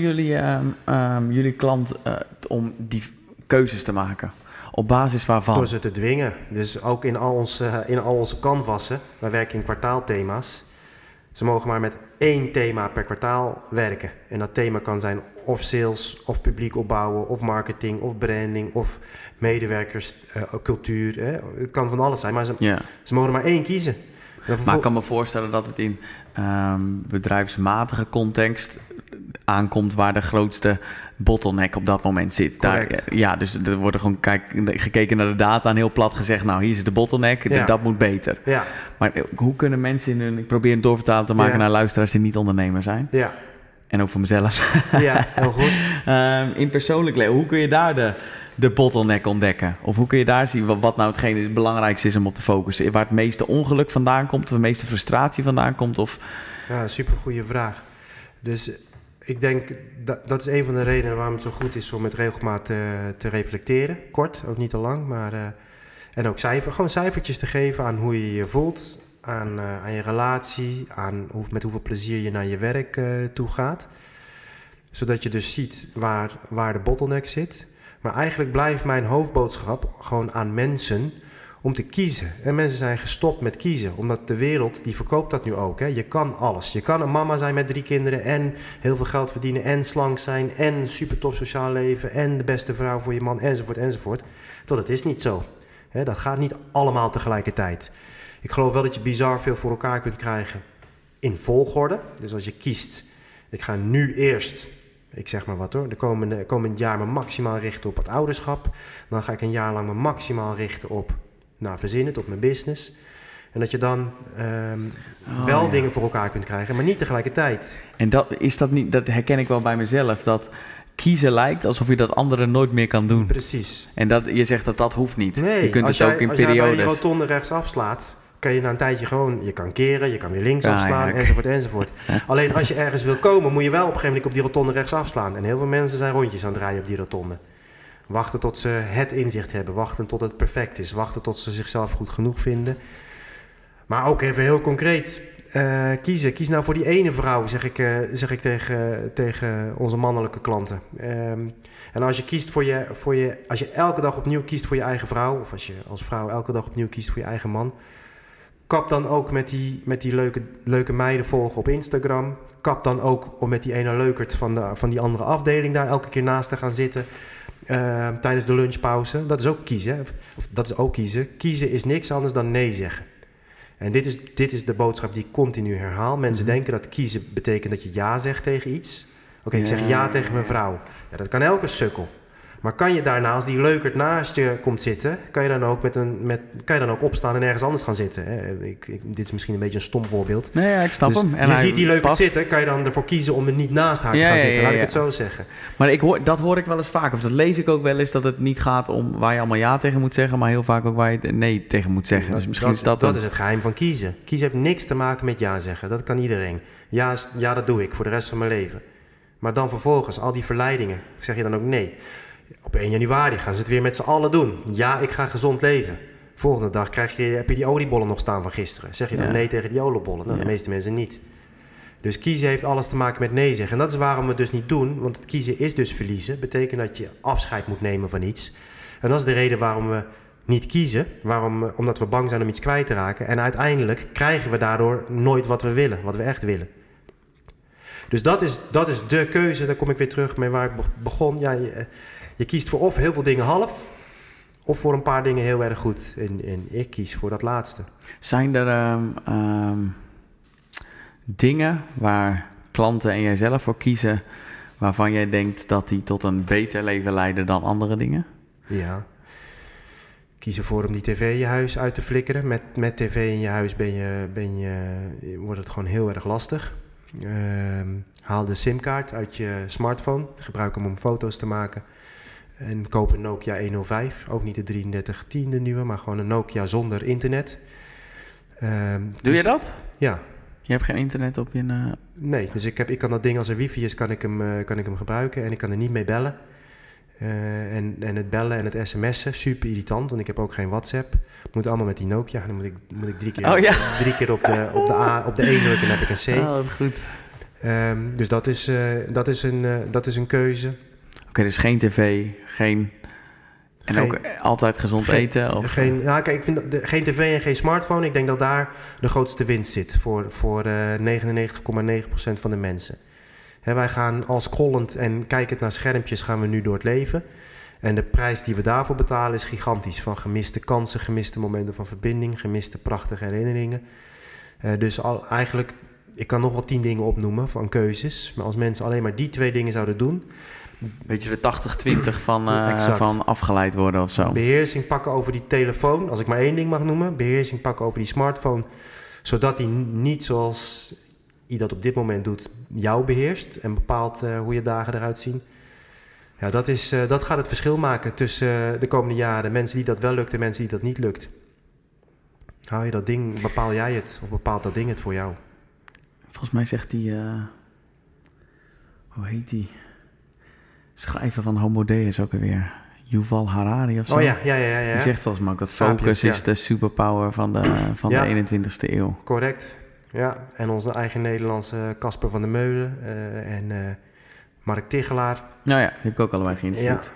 jullie klant om die keuzes te maken? Op basis waarvan? Door ze te dwingen. Dus ook in al onze canvassen, wij werken in kwartaalthema's. Ze mogen maar met 1 thema per kwartaal werken. En dat thema kan zijn of sales, of publiek opbouwen, of marketing, of branding, of medewerkers, cultuur. Het kan van alles zijn, maar ze mogen er maar 1 kiezen. Maar ik kan me voorstellen dat het in bedrijfsmatige context aankomt waar de grootste bottleneck op dat moment zit. Dus er wordt gewoon gekeken naar de data en heel plat gezegd, nou, hier is de bottleneck, dat moet beter. Ja. Maar hoe kunnen mensen ik probeer een doorvertaling te maken naar luisteraars die niet ondernemer zijn. Ja. En ook voor mezelf. Ja, heel goed. In persoonlijk leven, hoe kun je daar de bottleneck ontdekken? Of hoe kun je daar zien wat nou het belangrijkste is om op te focussen? Waar het meeste ongeluk vandaan komt, of de meeste frustratie vandaan komt? Of... Ja, super goede vraag. Dus ik denk dat is een van de redenen waarom het zo goed is om met regelmaat te reflecteren. Kort, ook niet te lang, maar en ook gewoon cijfertjes te geven aan hoe je je voelt, aan je relatie, met hoeveel plezier je naar je werk toe gaat. Zodat je dus ziet waar de bottleneck zit. Maar eigenlijk blijft mijn hoofdboodschap gewoon aan mensen om te kiezen. En mensen zijn gestopt met kiezen, omdat de wereld, die verkoopt dat nu ook. Hè. Je kan alles. Je kan een mama zijn met 3 kinderen en heel veel geld verdienen en slank zijn en super tof sociaal leven en de beste vrouw voor je man enzovoort enzovoort. Dat is niet zo. Hè, dat gaat niet allemaal tegelijkertijd. Ik geloof wel dat je bizar veel voor elkaar kunt krijgen in volgorde. Dus als je kiest, ik ga nu eerst, ik zeg maar wat hoor, de komend jaar me maximaal richten op het ouderschap. Dan ga ik een jaar lang me maximaal richten op verzinnen, op mijn business. En dat je dan dingen voor elkaar kunt krijgen, maar niet tegelijkertijd. En dat herken ik wel bij mezelf, dat kiezen lijkt alsof je dat anderen nooit meer kan doen. Precies. En je zegt dat hoeft niet. Nee, je kunt het ook in periodes. Als jij bij die rotonde rechts afslaat, kan je na een tijdje gewoon, je kan keren, je kan weer links afslaan, enzovoort, enzovoort. Alleen als je ergens wil komen, moet je wel op een gegeven moment op die rotonde rechts afslaan. En heel veel mensen zijn rondjes aan het draaien op die rotonde. Wachten tot ze het inzicht hebben, wachten tot het perfect is, wachten tot ze zichzelf goed genoeg vinden. Maar ook even heel concreet, kiezen. Kies nou voor die ene vrouw, zeg ik tegen onze mannelijke klanten. En als je kiest als je elke dag opnieuw kiest voor je eigen vrouw, of als je als vrouw elke dag opnieuw kiest voor je eigen man, kap dan ook met die leuke meiden volgen op Instagram. Kap dan ook om met die ene leukert van die andere afdeling daar elke keer naast te gaan zitten. Tijdens de lunchpauze. Dat is ook kiezen. Of dat is ook kiezen. Kiezen is niks anders dan nee zeggen. En dit is de boodschap die ik continu herhaal. Mensen denken dat kiezen betekent dat je ja zegt tegen iets. Oké, ik zeg ja tegen mijn vrouw. Ja, dat kan elke sukkel. Maar kan je daarna, als die leukert naast je komt zitten, kan je dan ook opstaan en ergens anders gaan zitten. Hè? Dit is misschien een beetje een stom voorbeeld. Nee, ja, ik snap dus hem. En je ziet die leukert zitten, kan je dan ervoor kiezen om er niet naast haar te gaan zitten. Laat ik het zo zeggen. Maar dat hoor ik wel eens vaak, of dat lees ik ook wel eens, dat het niet gaat om waar je allemaal ja tegen moet zeggen, maar heel vaak ook waar je nee tegen moet zeggen. Dus misschien dat is het geheim van kiezen. Kiezen heeft niks te maken met ja zeggen. Dat kan iedereen. Ja, dat doe ik voor de rest van mijn leven. Maar dan vervolgens, al die verleidingen, zeg je dan ook nee. Op 1 januari gaan ze het weer met z'n allen doen. Ja, ik ga gezond leven. Volgende dag heb je die oliebollen nog staan van gisteren. Zeg je dan nee tegen die oliebollen? Nou, de meeste mensen niet. Dus kiezen heeft alles te maken met nee zeggen. En dat is waarom we het dus niet doen. Want het kiezen is dus verliezen. Betekent dat je afscheid moet nemen van iets. En dat is de reden waarom we niet kiezen. Omdat we bang zijn om iets kwijt te raken. En uiteindelijk krijgen we daardoor nooit wat we willen. Wat we echt willen. Dus dat is de keuze. Daar kom ik weer terug mee waar ik begon. Ja, je kiest voor of heel veel dingen half, of voor een paar dingen heel erg goed. En ik kies voor dat laatste. Zijn er dingen waar klanten en jijzelf voor kiezen, waarvan jij denkt dat die tot een beter leven leiden dan andere dingen? Ja. Kies ervoor om die tv in je huis uit te flikkeren. Met tv in je huis wordt het gewoon heel erg lastig. Haal de simkaart uit je smartphone. Gebruik hem om foto's te maken. En koop een Nokia 105. Ook niet de 3310, de nieuwe, maar gewoon een Nokia zonder internet. Doe je dat? Ja. Je hebt geen internet op je... Nee, dus ik kan dat ding als er wifi is, kan ik hem gebruiken. En ik kan er niet mee bellen. En het bellen en het sms'en, super irritant, want ik heb ook geen WhatsApp. Moet allemaal met die Nokia. Dan moet ik 3 keer op de E drukken en dan heb ik een C. Oh, dat is goed. Dus dat is een keuze. Oké, dus geen tv, ook altijd gezond eten? Of? Kijk, ik vind geen tv en geen smartphone. Ik denk dat daar de grootste winst zit voor 99,9% van de mensen. Wij gaan al scrollend en kijkend naar schermpjes gaan we nu door het leven. En de prijs die we daarvoor betalen is gigantisch. Van gemiste kansen, gemiste momenten van verbinding, gemiste prachtige herinneringen. Dus eigenlijk, ik kan nog wel 10 dingen opnoemen van keuzes. Maar als mensen alleen maar die 2 dingen zouden doen... Beetje de 80-20 van afgeleid worden of zo. Beheersing pakken over die telefoon, als ik maar 1 ding mag noemen. Beheersing pakken over die smartphone, zodat die niet zoals je dat op dit moment doet, jou beheerst en bepaalt hoe je dagen eruit zien. Ja, dat gaat het verschil maken tussen de komende jaren. Mensen die dat wel lukt en mensen die dat niet lukt. Hou je dat ding, bepaal jij het of bepaalt dat ding het voor jou? Volgens mij zegt die... hoe heet die? Schrijver van Homo Deus ook alweer. Yuval Harari of zo. Oh ja. Die zegt volgens mij ook dat focus is de superpower van de 21ste eeuw. Correct. Ja, en onze eigen Nederlandse Casper van der Meulen en Mark Tichelaar. Nou ja, die heb ik ook allebei geïnterviewd.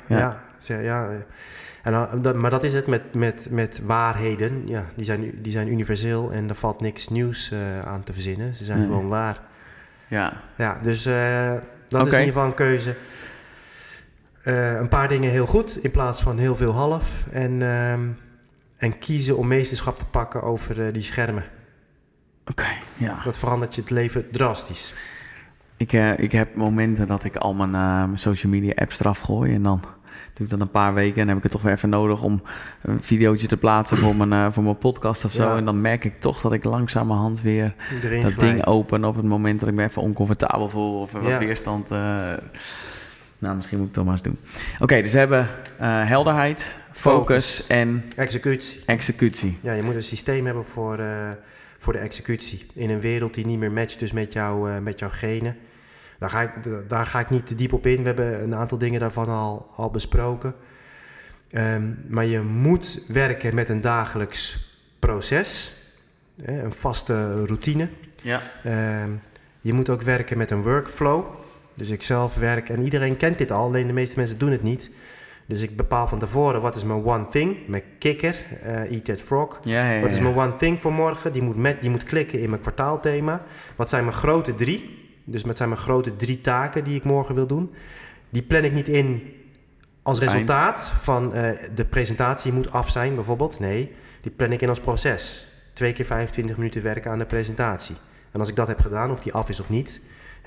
Maar dat is het met waarheden. Ja, die zijn universeel en er valt niks nieuws aan te verzinnen. Ze zijn gewoon waar. Ja, dus dat is in ieder geval een keuze. Een paar dingen heel goed in plaats van heel veel half. En kiezen om meesterschap te pakken over die schermen. Oké, ja. Dat verandert je het leven drastisch. Ik heb momenten dat ik al mijn social media apps eraf gooi. En dan doe ik dat een paar weken. En dan heb ik het toch weer even nodig om een videootje te plaatsen voor mijn podcast of zo. Ja. En dan merk ik toch dat ik langzamerhand weer ding open op het moment dat ik me even oncomfortabel voel. Of wat weerstand... Nou, misschien moet ik het toch maar eens doen. Oké, dus we hebben helderheid, focus en... Executie. Ja, je moet een systeem hebben voor de executie. In een wereld die niet meer matcht dus met jouw genen. Daar ga ik niet te diep op in. We hebben een aantal dingen daarvan al besproken. Maar je moet werken met een dagelijks proces. Een vaste routine. Ja. Je moet ook werken met een workflow. Dus ik zelf werk, en iedereen kent dit al, alleen de meeste mensen doen het niet. Dus ik bepaal van tevoren, wat is mijn one thing? Mijn kikker, Eat That Frog. Wat is mijn one thing voor morgen? Die moet klikken in mijn kwartaalthema. Wat zijn mijn grote 3? Dus wat zijn mijn grote 3 taken die ik morgen wil doen? Die plan ik niet in als resultaat van de presentatie moet af zijn bijvoorbeeld. Nee, die plan ik in als proces. 2 keer 25 minuten werken aan de presentatie. En als ik dat heb gedaan, of die af is of niet...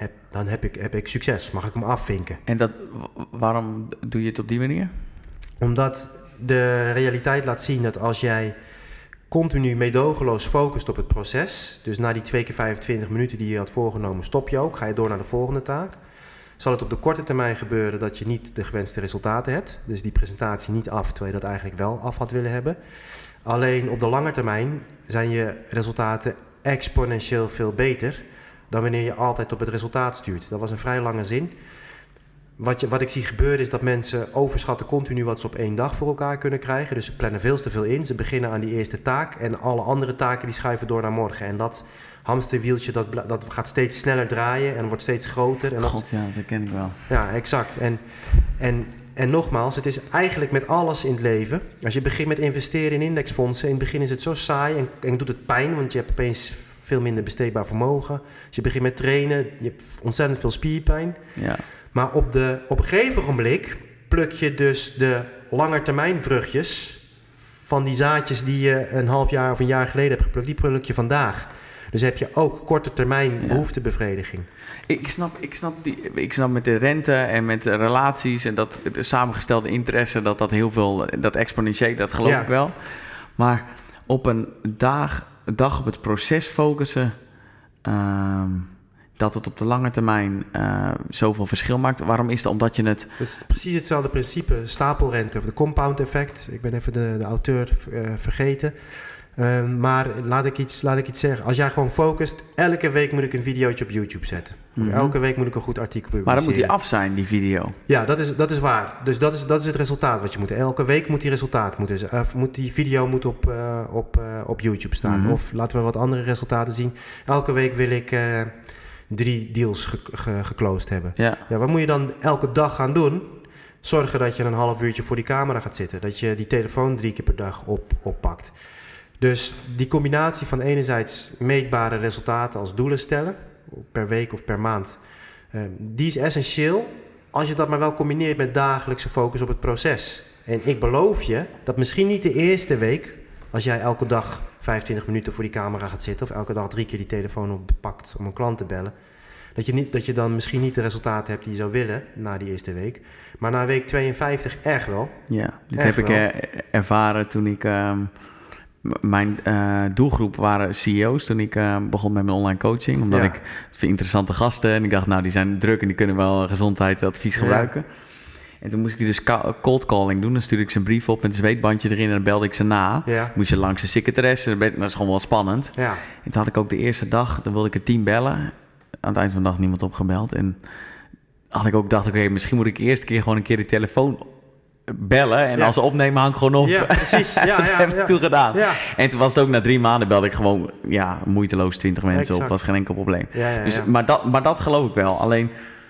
dan heb ik succes. Mag ik hem afvinken. En waarom doe je het op die manier? Omdat de realiteit laat zien dat als jij continu meedogenloos focust op het proces, dus na die 2 keer 25 minuten die je had voorgenomen, stop je ook, ga je door naar de volgende taak. Zal het op de korte termijn gebeuren dat je niet de gewenste resultaten hebt, dus die presentatie niet af, terwijl je dat eigenlijk wel af had willen hebben. Alleen op de lange termijn zijn je resultaten exponentieel veel beter dan wanneer je altijd op het resultaat stuurt. Dat was een vrij lange zin. Wat ik zie gebeuren is dat mensen overschatten continu wat ze op 1 dag voor elkaar kunnen krijgen. Dus ze plannen veel te veel in. Ze beginnen aan die eerste taak en alle andere taken die schuiven door naar morgen. En dat hamsterwieltje dat gaat steeds sneller draaien en wordt steeds groter. En God, ja, dat ken ik wel. Ja, exact. En nogmaals, het is eigenlijk met alles in het leven. Als je begint met investeren in indexfondsen, in het begin is het zo saai en doet het pijn, want je hebt opeens veel minder besteedbaar vermogen. Als je begint met trainen, je hebt ontzettend veel spierpijn. Ja. Maar op een gegeven ogenblik pluk je dus de langetermijnvruchtjes van die zaadjes die je een half jaar of een jaar geleden hebt geplukt, die pluk je vandaag. Dus heb je ook korte termijn behoeftebevrediging. Ik snap met de rente en met de relaties en dat de samengestelde interesse, dat heel veel, dat exponentieel, dat geloof ik wel. Maar op een dag op het proces focussen, dat het op de lange termijn zoveel verschil maakt. Waarom is dat? Omdat je het... Het is precies hetzelfde principe, stapelrente of de compound effect. Ik ben even de auteur vergeten. Maar laat ik iets zeggen. Als jij gewoon focust, elke week moet ik een videootje op YouTube zetten. Mm-hmm. Elke week moet ik een goed artikel publiceren. Maar dan moet die af zijn, die video. Ja, dat is waar. Dus dat is het resultaat wat je moet. Elke week moet die video op YouTube staan. Mm-hmm. Of laten we wat andere resultaten zien. Elke week wil ik 3 deals geclosed hebben. Ja, wat moet je dan elke dag gaan doen? Zorgen dat je een half uurtje voor die camera gaat zitten. Dat je die telefoon 3 keer per dag oppakt. Dus die combinatie van enerzijds meetbare resultaten als doelen stellen, per week of per maand, die is essentieel als je dat maar wel combineert met dagelijkse focus op het proces. En ik beloof je dat misschien niet de eerste week, als jij elke dag 25 minuten voor die camera gaat zitten of elke dag 3 keer die telefoon oppakt om een klant te bellen, dat je dan misschien niet de resultaten hebt die je zou willen na die eerste week. Maar na week 52 echt wel. Ja, dit heb ik ervaren toen ik... Mijn doelgroep waren CEO's toen ik begon met mijn online coaching. Omdat ik interessante gasten en ik dacht, die zijn druk en die kunnen wel gezondheidsadvies gebruiken. En toen moest ik dus cold calling doen. Dan stuurde ik ze een brief op met een zweetbandje erin en dan belde ik ze na. Ja. Moest je langs de secretaresse, dat is gewoon wel spannend. Ja. En toen had ik ook de eerste dag, dan wilde ik het team bellen. Aan het eind van de dag niemand opgebeld. En had ik ook gedacht, oké, misschien moet ik eerst gewoon een keer de telefoon bellen en als ze opnemen hang ik gewoon op. Ja, precies. Ja, dat heb ik toen gedaan. Ja. En toen was het ook na 3 maanden belde ik gewoon moeiteloos 20 mensen op. Was geen enkel probleem. Ja, dus, maar dat geloof ik wel. Alleen,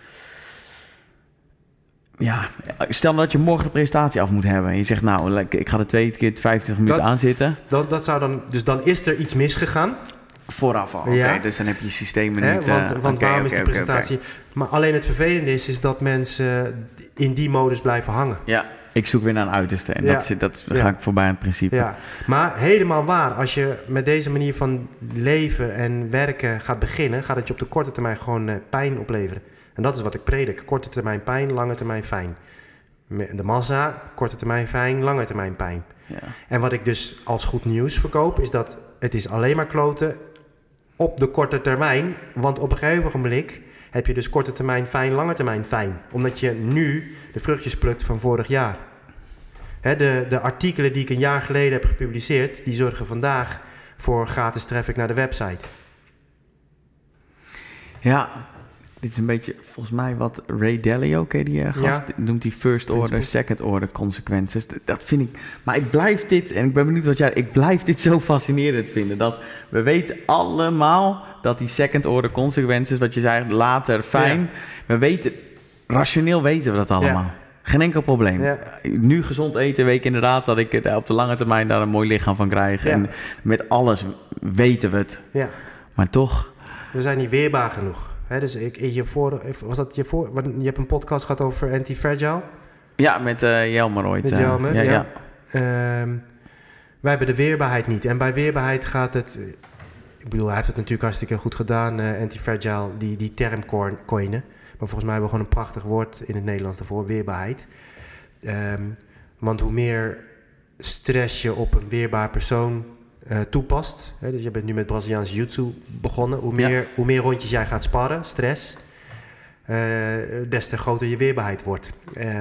stel dat je morgen de presentatie af moet hebben en je zegt ik ga er 2 keer 25 minuten aan zitten. Dat zou dan, dus dan is er iets misgegaan. Vooraf al, oké. Dus dan heb je systemen niet... Want waarom is die presentatie... Maar alleen het vervelende is dat mensen in die modus blijven hangen. Ja, ik zoek weer naar een uiterste. En dat ga ik voorbij aan het principe. Ja, maar helemaal waar. Als je met deze manier van leven en werken gaat beginnen, gaat het je op de korte termijn gewoon pijn opleveren. En dat is wat ik predik. Korte termijn pijn, lange termijn fijn. De massa, korte termijn fijn, lange termijn pijn. Ja. En wat ik dus als goed nieuws verkoop, is dat het is alleen maar kloten op de korte termijn. Want op een gegeven ogenblik heb je dus korte termijn fijn, lange termijn fijn. Omdat je nu de vruchtjes plukt van vorig jaar. De artikelen die ik een jaar geleden heb gepubliceerd, die zorgen vandaag voor gratis traffic naar de website. Ja, dit is een beetje volgens mij wat Ray Dalio, ken je die gast? Noemt die first order, second order consequences. Dat vind ik, maar ik blijf dit, en ik ben benieuwd ik blijf dit zo fascinerend vinden. Dat we weten allemaal dat die second order consequences, wat je zei, later fijn. Ja. Rationeel weten we dat allemaal. Ja. Geen enkel probleem. Ja. Nu gezond eten, weet ik inderdaad dat ik op de lange termijn daar een mooi lichaam van krijg. Ja. En met alles weten we het. Ja. Maar toch... We zijn niet weerbaar genoeg. Dus je hebt een podcast gehad over anti-fragile? Ja, met Jelmer ooit. Met Jelmer, ja. Wij hebben de weerbaarheid niet. En bij weerbaarheid gaat het Ik bedoel, hij heeft het natuurlijk hartstikke goed gedaan, anti-fragile, die term coinen. Maar volgens mij hebben we gewoon een prachtig woord in het Nederlands daarvoor, weerbaarheid. Want hoe meer stress je op een weerbaar persoon toepast, hè, dus je bent nu met Braziliaanse jiu-jitsu begonnen, hoe meer rondjes jij gaat sparren, stress, des te groter je weerbaarheid wordt.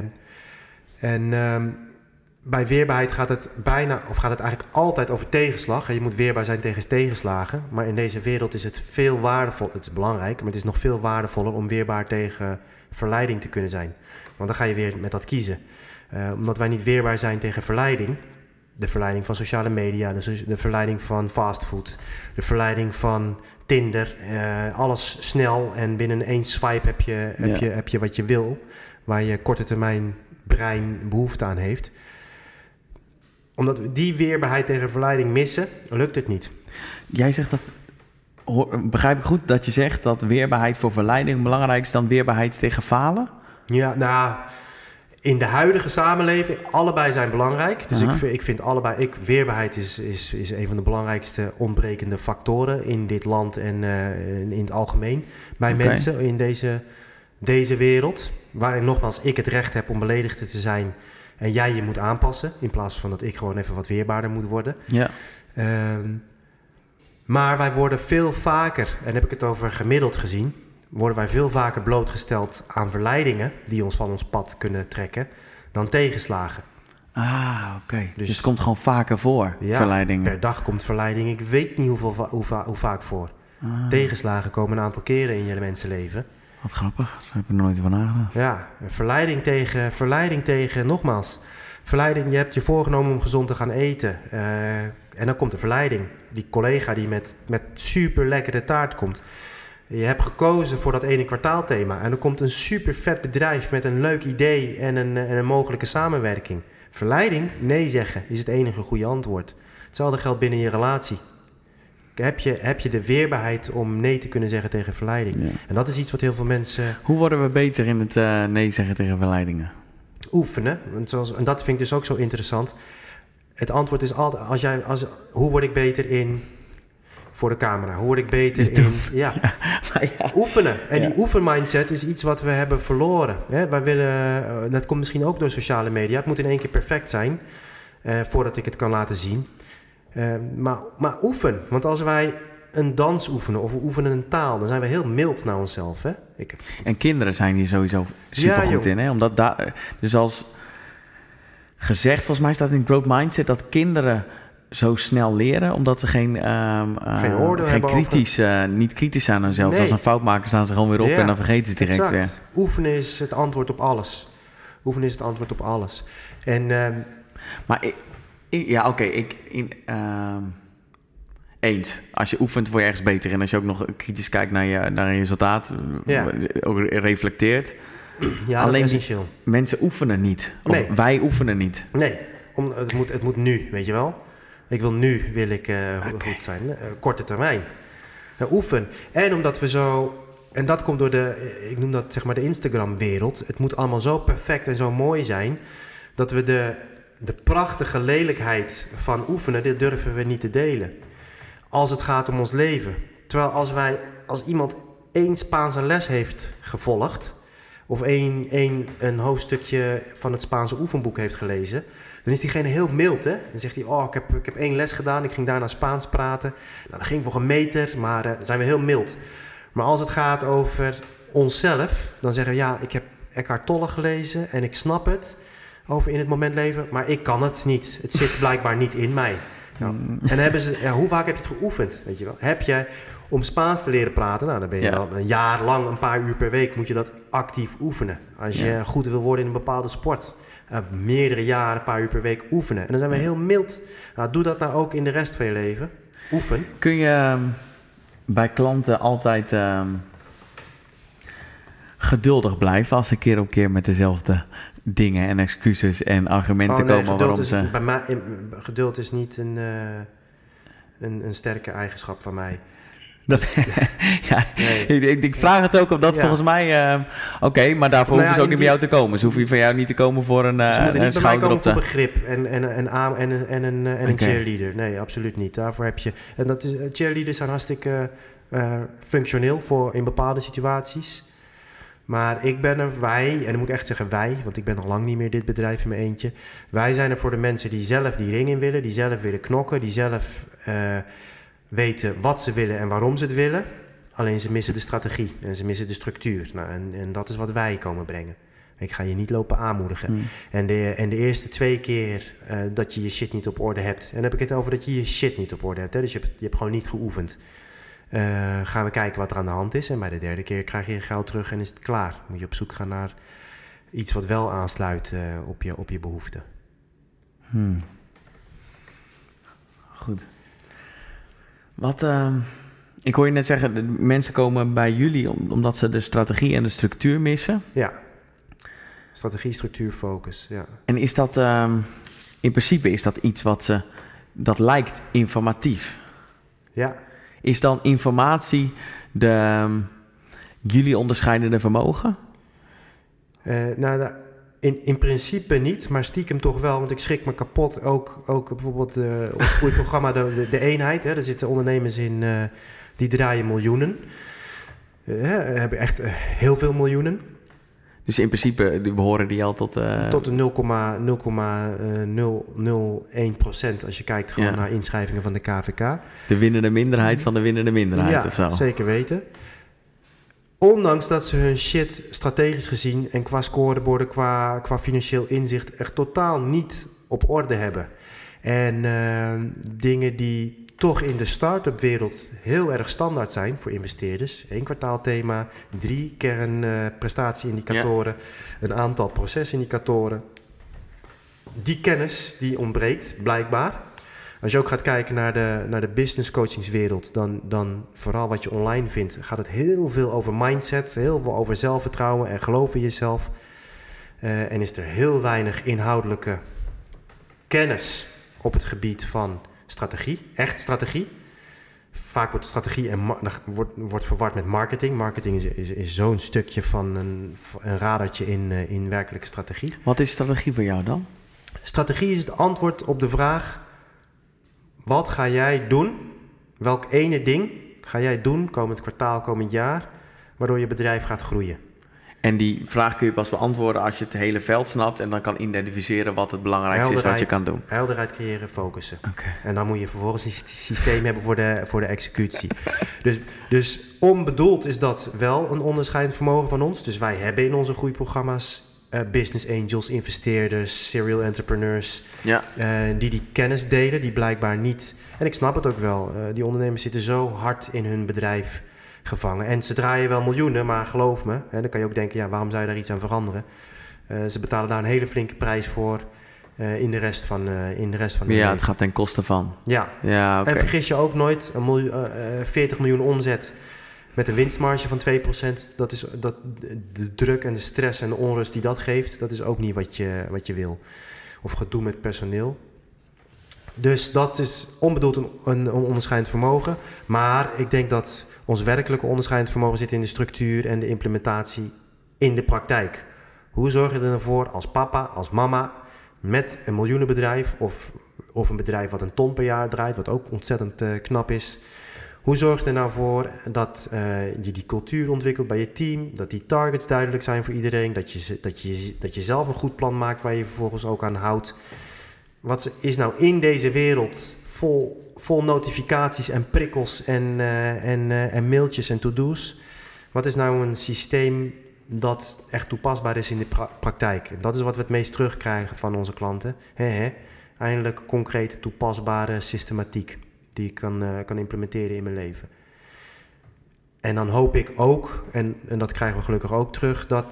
Bij weerbaarheid gaat het eigenlijk altijd over tegenslag. En je moet weerbaar zijn tegen tegenslagen. Maar in deze wereld is het veel waardevol. Het is belangrijk, maar het is nog veel waardevoller om weerbaar tegen verleiding te kunnen zijn. Want dan ga je weer met dat kiezen. Omdat wij niet weerbaar zijn tegen verleiding. De verleiding van sociale media, de verleiding van fastfood, de verleiding van Tinder. Alles snel en binnen één swipe heb je wat je wil. Waar je korte termijn brein behoefte aan heeft. Omdat we die weerbaarheid tegen verleiding missen, lukt het niet. Jij zegt dat, begrijp ik goed, dat je zegt dat weerbaarheid voor verleiding belangrijker is dan weerbaarheid tegen falen? Ja, nou, in de huidige samenleving, allebei zijn belangrijk. Dus ik vind allebei, weerbaarheid is een van de belangrijkste ontbrekende factoren in dit land en in het algemeen. Bij mensen in deze wereld, waarin nogmaals ik het recht heb om beledigd te zijn en jij je moet aanpassen, in plaats van dat ik gewoon even wat weerbaarder moet worden. Ja. Maar wij worden veel vaker, en dan heb ik het over gemiddeld gezien, worden wij veel vaker blootgesteld aan verleidingen die ons van ons pad kunnen trekken, dan tegenslagen. Ah, oké. Dus het komt gewoon vaker voor, verleidingen? Per dag komt verleiding, ik weet niet hoe vaak voor. Tegenslagen komen een aantal keren in je mensenleven. Wat grappig, daar heb ik nooit over nagedacht. Ja, verleiding tegen, nogmaals. Verleiding, je hebt je voorgenomen om gezond te gaan eten. En dan komt de verleiding. Die collega die met super lekkere taart komt. Je hebt gekozen voor dat ene kwartaalthema. En dan komt een super vet bedrijf met een leuk idee en een mogelijke samenwerking. Verleiding, nee zeggen, is het enige goede antwoord. Hetzelfde geldt binnen je relatie. Heb je de weerbaarheid om nee te kunnen zeggen tegen verleiding. Ja. En dat is iets wat heel veel mensen... Hoe worden we beter in het nee zeggen tegen verleidingen? Oefenen. En dat vind ik dus ook zo interessant. Het antwoord is altijd... hoe word ik beter in... voor de camera? Hoe word ik beter in... Ja. Oefenen. En die oefenmindset is iets wat we hebben verloren. Wij willen... dat komt misschien ook door sociale media. Het moet in één keer perfect zijn... voordat ik het kan laten zien... Maar oefen. Want als wij een dans oefenen of we oefenen een taal, dan zijn we heel mild naar onszelf. Hè? En kinderen zijn hier sowieso super goed in. Hè? Omdat dus als gezegd, volgens mij staat in Growth Mindset dat kinderen zo snel leren, omdat ze geen oordeel hebben niet kritisch zijn aan hunzelf. Nee. Als ze een fout maken, staan ze gewoon weer op en dan vergeten ze het direct weer. Oefenen is het antwoord op alles. En... maar eens. Als je oefent, word je ergens beter. En als je ook nog kritisch kijkt naar je resultaat, ook reflecteert. Ja, alleen dat is essentieel. Mensen oefenen niet. Of wij oefenen niet. Nee, het moet nu, weet je wel. Wil ik goed zijn. Korte termijn. Oefen. En omdat we zo... En dat komt door ik noem dat zeg maar de Instagram-wereld. Het moet allemaal zo perfect en zo mooi zijn, dat we de prachtige lelijkheid van oefenen, dit durven we niet te delen. Als het gaat om ons leven. Terwijl als iemand 1 Spaanse les heeft gevolgd, of een hoofdstukje van het Spaanse oefenboek heeft gelezen, dan is diegene heel mild, hè? Dan zegt hij, ik heb 1 les gedaan, ik ging daarna Spaans praten. Nou, dat ging voor een meter, maar dan zijn we heel mild. Maar als het gaat over onszelf, dan zeggen we, ik heb Eckhart Tolle gelezen en ik snap het over in het moment leven, maar ik kan het niet. Het zit blijkbaar niet in mij. Nou, en hebben ze, hoe vaak heb je het geoefend? Weet je wel? Heb je om Spaans te leren praten? Nou, dan ben je wel een jaar lang, een paar uur per week, moet je dat actief oefenen. Als je goed wil worden in een bepaalde sport, meerdere jaren, een paar uur per week oefenen. En dan zijn we heel mild. Nou, doe dat nou ook in de rest van je leven. Oefen. Kun je bij klanten altijd geduldig blijven als ze keer op keer met dezelfde dingen en excuses en argumenten komen waarom ze... Bij mij, geduld is niet een sterke eigenschap van mij. Ik vraag het ook omdat volgens mij... Oké, maar daarvoor hoeven ze ook niet bij jou te komen. Ze hoeven van jou niet te komen voor een ze moeten niet bij mij komen voor begrip en een Okay. cheerleader. Nee, absoluut niet. Daarvoor heb je... En dat is, cheerleaders zijn hartstikke functioneel in bepaalde situaties. Maar wij, en dan moet ik echt zeggen wij, want ik ben nog lang niet meer dit bedrijf in mijn eentje. Wij zijn er voor de mensen die zelf die ring in willen, die zelf willen knokken, die zelf weten wat ze willen en waarom ze het willen. Alleen ze missen de strategie en ze missen de structuur. Nou, en dat is wat wij komen brengen. Ik ga je niet lopen aanmoedigen. En de eerste 2 keer dat je shit niet op orde hebt, en dan heb ik het over dat je je shit niet op orde hebt. Hè? Dus je hebt gewoon niet geoefend. Gaan we kijken wat er aan de hand is. En bij de 3e keer krijg je je geld terug en is het klaar. Moet je op zoek gaan naar iets wat wel aansluit op je behoeften. Goed. Ik hoor je net zeggen, mensen komen bij jullie omdat ze de strategie en de structuur missen. Ja. Strategie, structuur, focus. Ja. En is dat, in principe is dat iets dat lijkt informatief? Ja. Is dan informatie jullie onderscheidende vermogen? In principe niet, maar stiekem toch wel. Want ik schrik me kapot. Ook bijvoorbeeld ons groeiprogramma de Eenheid. Hè, daar zitten ondernemers in die draaien miljoenen. Hebben echt heel veel miljoenen. Dus in principe behoren die al tot... Tot de 0,001% als je kijkt gewoon naar inschrijvingen van de KVK. De winnende minderheid van de winnende minderheid of zo. Ja, zeker weten. Ondanks dat ze hun shit strategisch gezien en qua scoreborden, qua financieel inzicht echt totaal niet op orde hebben. En dingen die toch in de start-up wereld heel erg standaard zijn voor investeerders. 1 kwartaalthema, 3 kernprestatieindicatoren, een aantal procesindicatoren. Die kennis die ontbreekt blijkbaar. Als je ook gaat kijken naar de business coachingswereld, dan vooral wat je online vindt, gaat het heel veel over mindset, heel veel over zelfvertrouwen en geloof in jezelf. En is er heel weinig inhoudelijke kennis op het gebied van strategie, echt strategie. Vaak wordt strategie wordt verward met marketing. Marketing is zo'n stukje van een radartje in werkelijke strategie. Wat is strategie voor jou dan? Strategie is het antwoord op de vraag: wat ga jij doen? Welk ene ding ga jij doen komend kwartaal, komend jaar, waardoor je bedrijf gaat groeien? En die vraag kun je pas beantwoorden als je het hele veld snapt en dan kan identificeren wat het belangrijkste is wat je kan doen. Helderheid creëren, focussen. Okay. En dan moet je vervolgens een systeem hebben voor de executie. Dus onbedoeld is dat wel een onderscheidend vermogen van ons. Dus wij hebben in onze groeiprogramma's business angels, investeerders, serial entrepreneurs, die kennis delen, die blijkbaar niet... En ik snap het ook wel, die ondernemers zitten zo hard in hun bedrijf gevangen. En ze draaien wel miljoenen, maar geloof me, dan kan je ook denken, waarom zou je daar iets aan veranderen? Ze betalen daar een hele flinke prijs voor in de rest van de leven. Het gaat ten koste van. Ja, okay. En vergis je ook nooit, 40 miljoen omzet met een winstmarge van 2%, de druk en de stress en de onrust die dat geeft, dat is ook niet wat je wil. Of gedoe met personeel. Dus dat is onbedoeld een onderscheidend vermogen. Maar ik denk dat ons werkelijke onderscheidend vermogen zit in de structuur en de implementatie in de praktijk. Hoe zorg je ervoor als papa, als mama, met een miljoenenbedrijf of een bedrijf wat 1 ton per jaar draait, wat ook ontzettend knap is. Hoe zorg je er nou voor dat je die cultuur ontwikkelt bij je team, dat die targets duidelijk zijn voor iedereen, dat je zelf een goed plan maakt waar je vervolgens ook aan houdt. Wat is nou in deze wereld vol notificaties en prikkels en mailtjes en to-do's? Wat is nou een systeem dat echt toepasbaar is in de praktijk? En dat is wat we het meest terugkrijgen van onze klanten. Eindelijk concrete, toepasbare systematiek die ik kan implementeren in mijn leven. En dan hoop ik ook, en dat krijgen we gelukkig ook terug, dat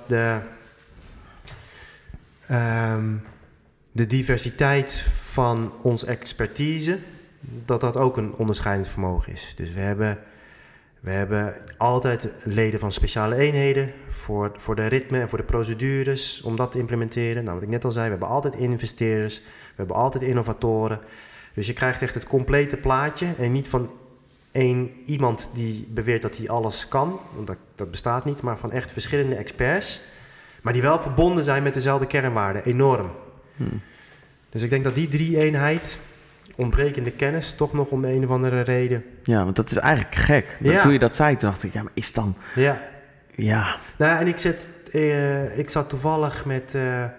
de diversiteit van onze expertise, dat ook een onderscheidend vermogen is. Dus we hebben altijd leden van speciale eenheden voor de ritme en voor de procedures om dat te implementeren. Nou, wat ik net al zei, we hebben altijd investeerders, we hebben altijd innovatoren. Dus je krijgt echt het complete plaatje en niet van iemand die beweert dat hij alles kan, want dat bestaat niet, maar van echt verschillende experts, maar die wel verbonden zijn met dezelfde kernwaarden, enorm. Dus ik denk dat die drie-eenheid, ontbrekende kennis, toch nog om een of andere reden... Ja, want dat is eigenlijk gek. Toen je dat zei, toen dacht ik, ja, maar is dan... Ja. Nou, en ik zat toevallig met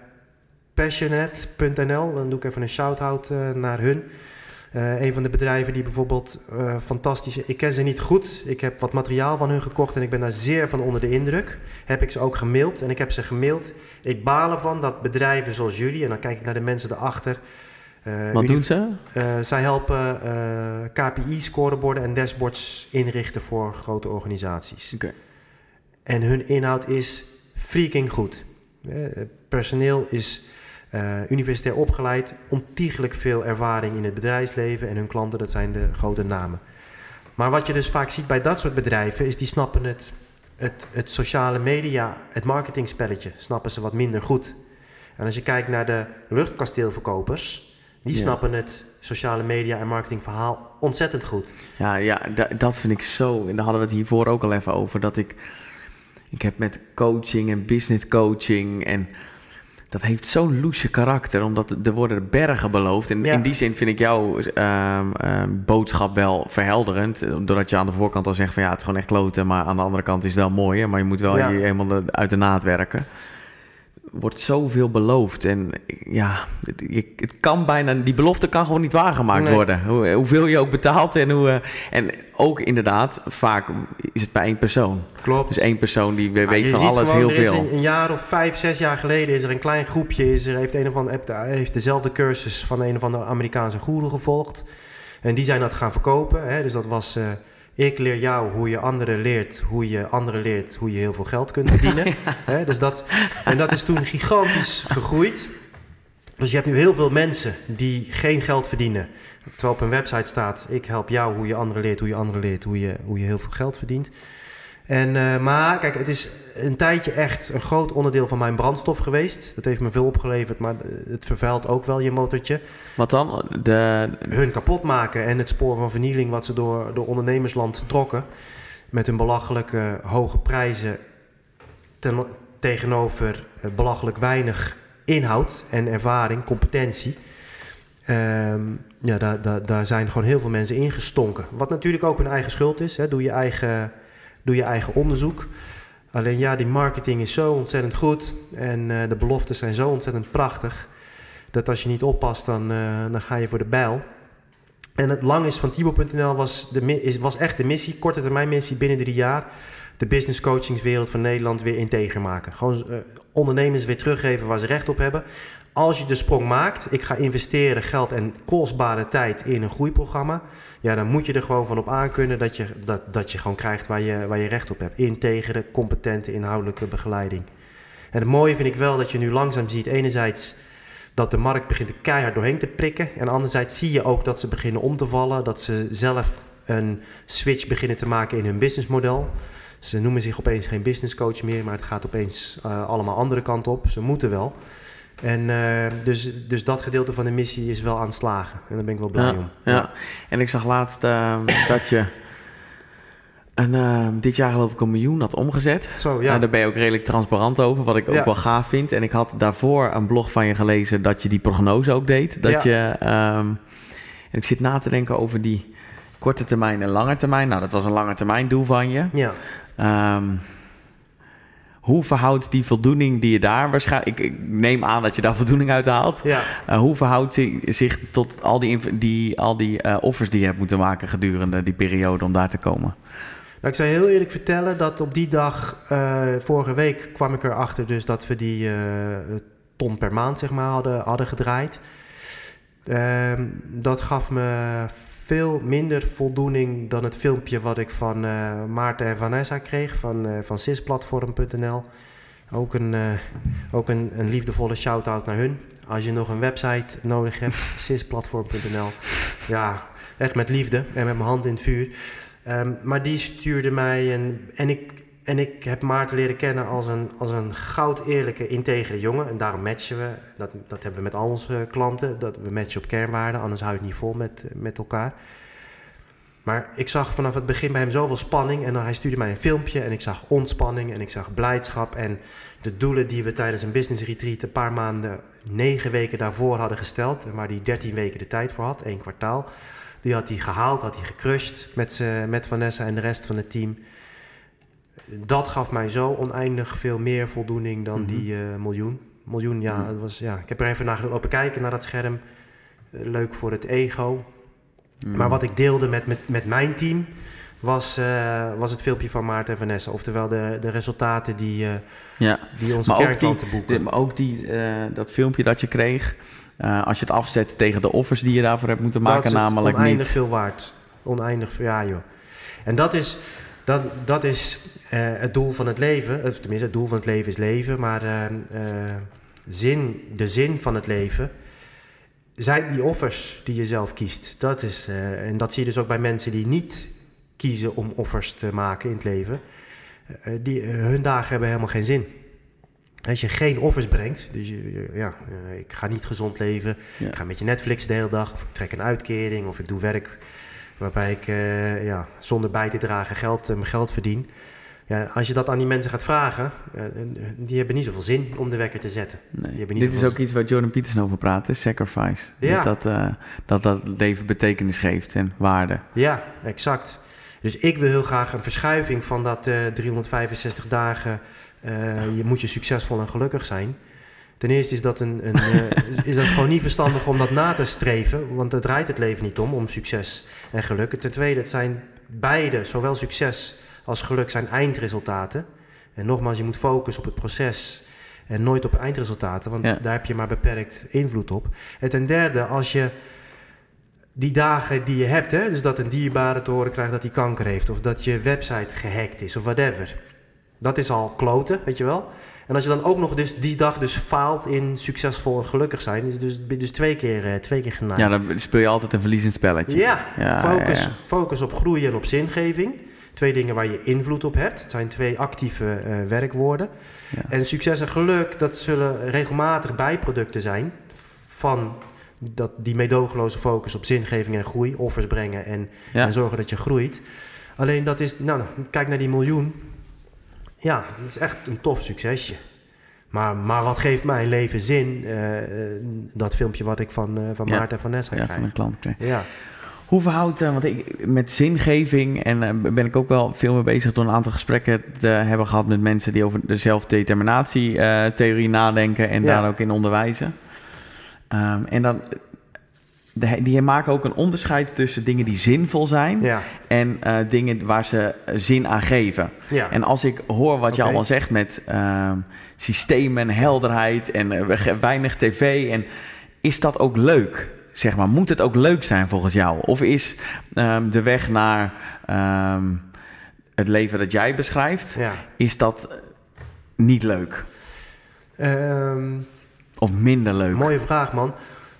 Passionate.nl, dan doe ik even een shout-out naar hun. Een van de bedrijven die bijvoorbeeld fantastische... Ik ken ze niet goed. Ik heb wat materiaal van hun gekocht en ik ben daar zeer van onder de indruk. Heb ik ze ook gemaild en ik heb ze gemaild. Ik baal ervan dat bedrijven zoals jullie, en dan kijk ik naar de mensen erachter... Wat doen ze? Zij helpen KPI-scoreborden en dashboards inrichten voor grote organisaties. Okay. En hun inhoud is freaking goed. Personeel is... universitair opgeleid, ontiegelijk veel ervaring in het bedrijfsleven en hun klanten, dat zijn de grote namen. Maar wat je dus vaak ziet bij dat soort bedrijven is die snappen het sociale media, het marketingspelletje, snappen ze wat minder goed. En als je kijkt naar de luchtkasteelverkopers, die snappen het sociale media en marketingverhaal ontzettend goed. Ja, dat vind ik zo, en daar hadden we het hiervoor ook al even over, dat ik heb met coaching en business coaching en dat heeft zo'n loesje karakter, omdat er worden bergen beloofd. En in die zin vind ik jouw boodschap wel verhelderend. Doordat je aan de voorkant al zegt van het is gewoon echt kloten, maar aan de andere kant is het wel mooi. Hè? Maar je moet wel je helemaal uit de naad werken. Wordt zoveel beloofd. En het kan bijna, die belofte kan gewoon niet waargemaakt worden. Hoeveel je ook betaalt en ook inderdaad, vaak is het bij één persoon. Klopt. Dus één persoon die weet van alles heel veel. Een jaar of 5, 6 jaar geleden is er een klein groepje, heeft dezelfde cursus van een of andere Amerikaanse goeroe gevolgd. En die zijn dat gaan verkopen. Hè? Dus dat was... ik leer jou hoe je anderen leert, hoe je heel veel geld kunt verdienen. Dus dat is toen gigantisch gegroeid. Dus je hebt nu heel veel mensen die geen geld verdienen. Terwijl op een website staat, ik help jou hoe je anderen leert, hoe je heel veel geld verdient. Maar kijk, het is een tijdje echt een groot onderdeel van mijn brandstof geweest. Dat heeft me veel opgeleverd, maar het vervuilt ook wel je motortje. Wat dan? Hun kapot maken en het spoor van vernieling wat ze door ondernemersland trokken. Met hun belachelijke hoge prijzen tegenover belachelijk weinig inhoud en ervaring, competentie. Daar zijn gewoon heel veel mensen ingestonken. Wat natuurlijk ook hun eigen schuld is. Hè. Doe je eigen onderzoek. Alleen die marketing is zo ontzettend goed en de beloftes zijn zo ontzettend prachtig, dat als je niet oppast, dan ga je voor de bijl. En het lang is van Thibaut.nl was echt de missie, korte termijn missie binnen 3 jaar, de business coachingswereld van Nederland weer integer maken. Gewoon ondernemers weer teruggeven waar ze recht op hebben. Als je de sprong maakt, ik ga investeren geld en kostbare tijd in een groeiprogramma, dan moet je er gewoon van op aankunnen dat je gewoon krijgt waar je recht op hebt. Integere, competente, inhoudelijke begeleiding. En het mooie vind ik wel dat je nu langzaam ziet, enerzijds dat de markt begint er keihard doorheen te prikken. En anderzijds zie je ook dat ze beginnen om te vallen, dat ze zelf een switch beginnen te maken in hun businessmodel. Ze noemen zich opeens geen business coach meer, maar het gaat opeens allemaal andere kant op. Ze moeten wel. En dus dat gedeelte van de missie is wel aan het slagen. En daar ben ik wel blij om. Ja, en ik zag laatst dat je dit jaar geloof ik 1 miljoen had omgezet. Zo, ja. Daar ben je ook redelijk transparant over, wat ik ook wel gaaf vind. En ik had daarvoor een blog van je gelezen dat je die prognose ook deed. En ik zit na te denken over die korte termijn en lange termijn. Nou, dat was een lange termijn doel van je. Ja. Hoe verhoudt die voldoening die je daar waarschijnlijk... Ik neem aan dat je daar voldoening uit haalt. Ja. Hoe verhoudt zich tot al die offers die je hebt moeten maken gedurende die periode om daar te komen? Nou, ik zou heel eerlijk vertellen dat op die dag, vorige week, kwam ik erachter dus dat we die ton per maand zeg maar hadden gedraaid. Dat gaf me veel minder voldoening dan het filmpje wat ik van Maarten en Vanessa kreeg van sisplatform.nl. Ook een liefdevolle shout-out naar hun. Als je nog een website nodig hebt, sisplatform.nl. Ja, echt met liefde en met mijn hand in het vuur. Maar die stuurde mij en ik heb Maarten leren kennen als een goud eerlijke, integere jongen. En daarom matchen we. Dat hebben we met al onze klanten. Dat we matchen op kernwaarden, anders hou je het niet vol met elkaar. Maar ik zag vanaf het begin bij hem zoveel spanning. En dan hij stuurde mij een filmpje en ik zag ontspanning en ik zag blijdschap. En de doelen die we tijdens een business retreat een paar maanden, 9 weken daarvoor hadden gesteld. En waar hij 13 weken de tijd voor had, 1 kwartaal. Die had hij gehaald, had hij gecrushed met Vanessa en de rest van het team. Dat gaf mij zo oneindig veel meer voldoening dan die miljoen. Miljoen, ja, dat was, ja, ik heb er even naar lopen kijken, naar dat scherm. Leuk voor het ego. Maar wat ik deelde met mijn team was het filmpje van Maarten en Vanessa. Oftewel de resultaten die onze kerkklanten boeken. Maar ook dat filmpje dat je kreeg, als je het afzet tegen de offers die je daarvoor hebt moeten maken, namelijk oneindig veel waard. Oneindig veel, ja joh. En dat is het doel van het leven. Of tenminste, het doel van het leven is leven. Maar de zin van het leven zijn die offers die je zelf kiest. En dat zie je dus ook bij mensen die niet kiezen om offers te maken in het leven. Hun dagen hebben helemaal geen zin. Als je geen offers brengt, dus ik ga niet gezond leven, ik ga met je Netflix de hele dag, of ik trek een uitkering, of ik doe werk waarbij ik zonder bij te dragen mijn geld verdien. Ja, als je dat aan die mensen gaat vragen, die hebben niet zoveel zin om de wekker te zetten. Nee. Dit is ook iets waar Jordan Peterson over praat, is sacrifice. Ja. Dat leven betekenis geeft en waarde. Ja, exact. Dus ik wil heel graag een verschuiving van dat 365 dagen... je moet succesvol en gelukkig zijn. Ten eerste is dat, is dat gewoon niet verstandig om dat na te streven. Want daar draait het leven niet om succes en geluk. Ten tweede, het zijn beide, zowel succes als geluk, zijn eindresultaten. En nogmaals, je moet focussen op het proces en nooit op eindresultaten. Want daar heb je maar beperkt invloed op. En ten derde, als je die dagen die je hebt, dus dat een dierbare te horen krijgt dat hij kanker heeft, of dat je website gehackt is, of whatever. Dat is al kloten, weet je wel. En als je dan ook nog die dag faalt in succesvol en gelukkig zijn, is dus twee keer genaaid. Ja, dan speel je altijd een verliezend spelletje. Ja, focus op groei en op zingeving. 2 dingen waar je invloed op hebt. Het zijn 2 actieve werkwoorden. Ja. En succes en geluk, dat zullen regelmatig bijproducten zijn van die meedogenloze focus op zingeving en groei, offers brengen en zorgen dat je groeit. Alleen dat is, kijk naar die miljoen. Ja, dat is echt een tof succesje. Maar wat geeft mijn leven zin? Dat filmpje wat ik van Maarten en Vanessa krijg. Ja, van een klant kreeg. Ja. Hoe verhoudt, want met zingeving en ben ik ook wel veel mee bezig door een aantal gesprekken te hebben gehad met mensen die over de zelfdeterminatietheorie nadenken en daar ook in onderwijzen. En dan, die maken ook een onderscheid tussen dingen die zinvol zijn en dingen waar ze zin aan geven. Ja. En als ik hoor wat je allemaal zegt met systemen en helderheid en weinig tv, en is dat ook leuk? Zeg maar, moet het ook leuk zijn volgens jou? Of is de weg naar het leven dat jij beschrijft, is dat niet leuk? Of minder leuk? Mooie vraag, man.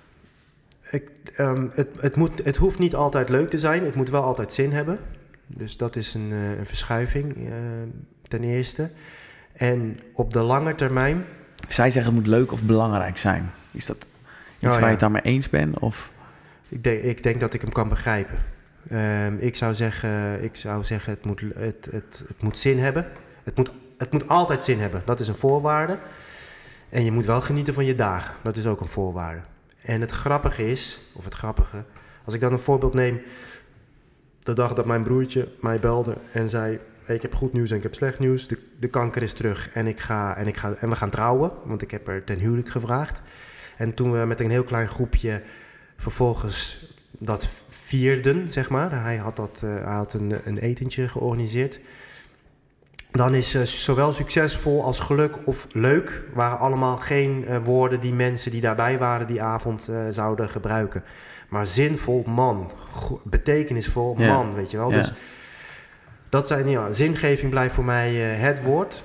Het hoeft niet altijd leuk te zijn. Het moet wel altijd zin hebben. Dus dat is een verschuiving ten eerste. En op de lange termijn... Zij zeggen het moet leuk of belangrijk zijn. Is dat iets waar je het daarmee eens bent? Of? Ik denk dat ik hem kan begrijpen. Ik zou zeggen het moet zin hebben. Het moet altijd zin hebben. Dat is een voorwaarde. En je moet wel genieten van je dagen. Dat is ook een voorwaarde. En het grappige, als ik dan een voorbeeld neem, de dag dat mijn broertje mij belde en zei, hey, ik heb goed nieuws en ik heb slecht nieuws, de kanker is terug en we gaan trouwen, want ik heb er ten huwelijk gevraagd. En toen we met een heel klein groepje vervolgens dat vierden, zeg maar, hij had een etentje georganiseerd. Dan is zowel succesvol als geluk of leuk waren allemaal geen woorden die mensen die daarbij waren die avond zouden gebruiken. Maar zinvol, man. Betekenisvol, man, weet je wel. Ja. Dus dat zijn, zingeving blijft voor mij het woord.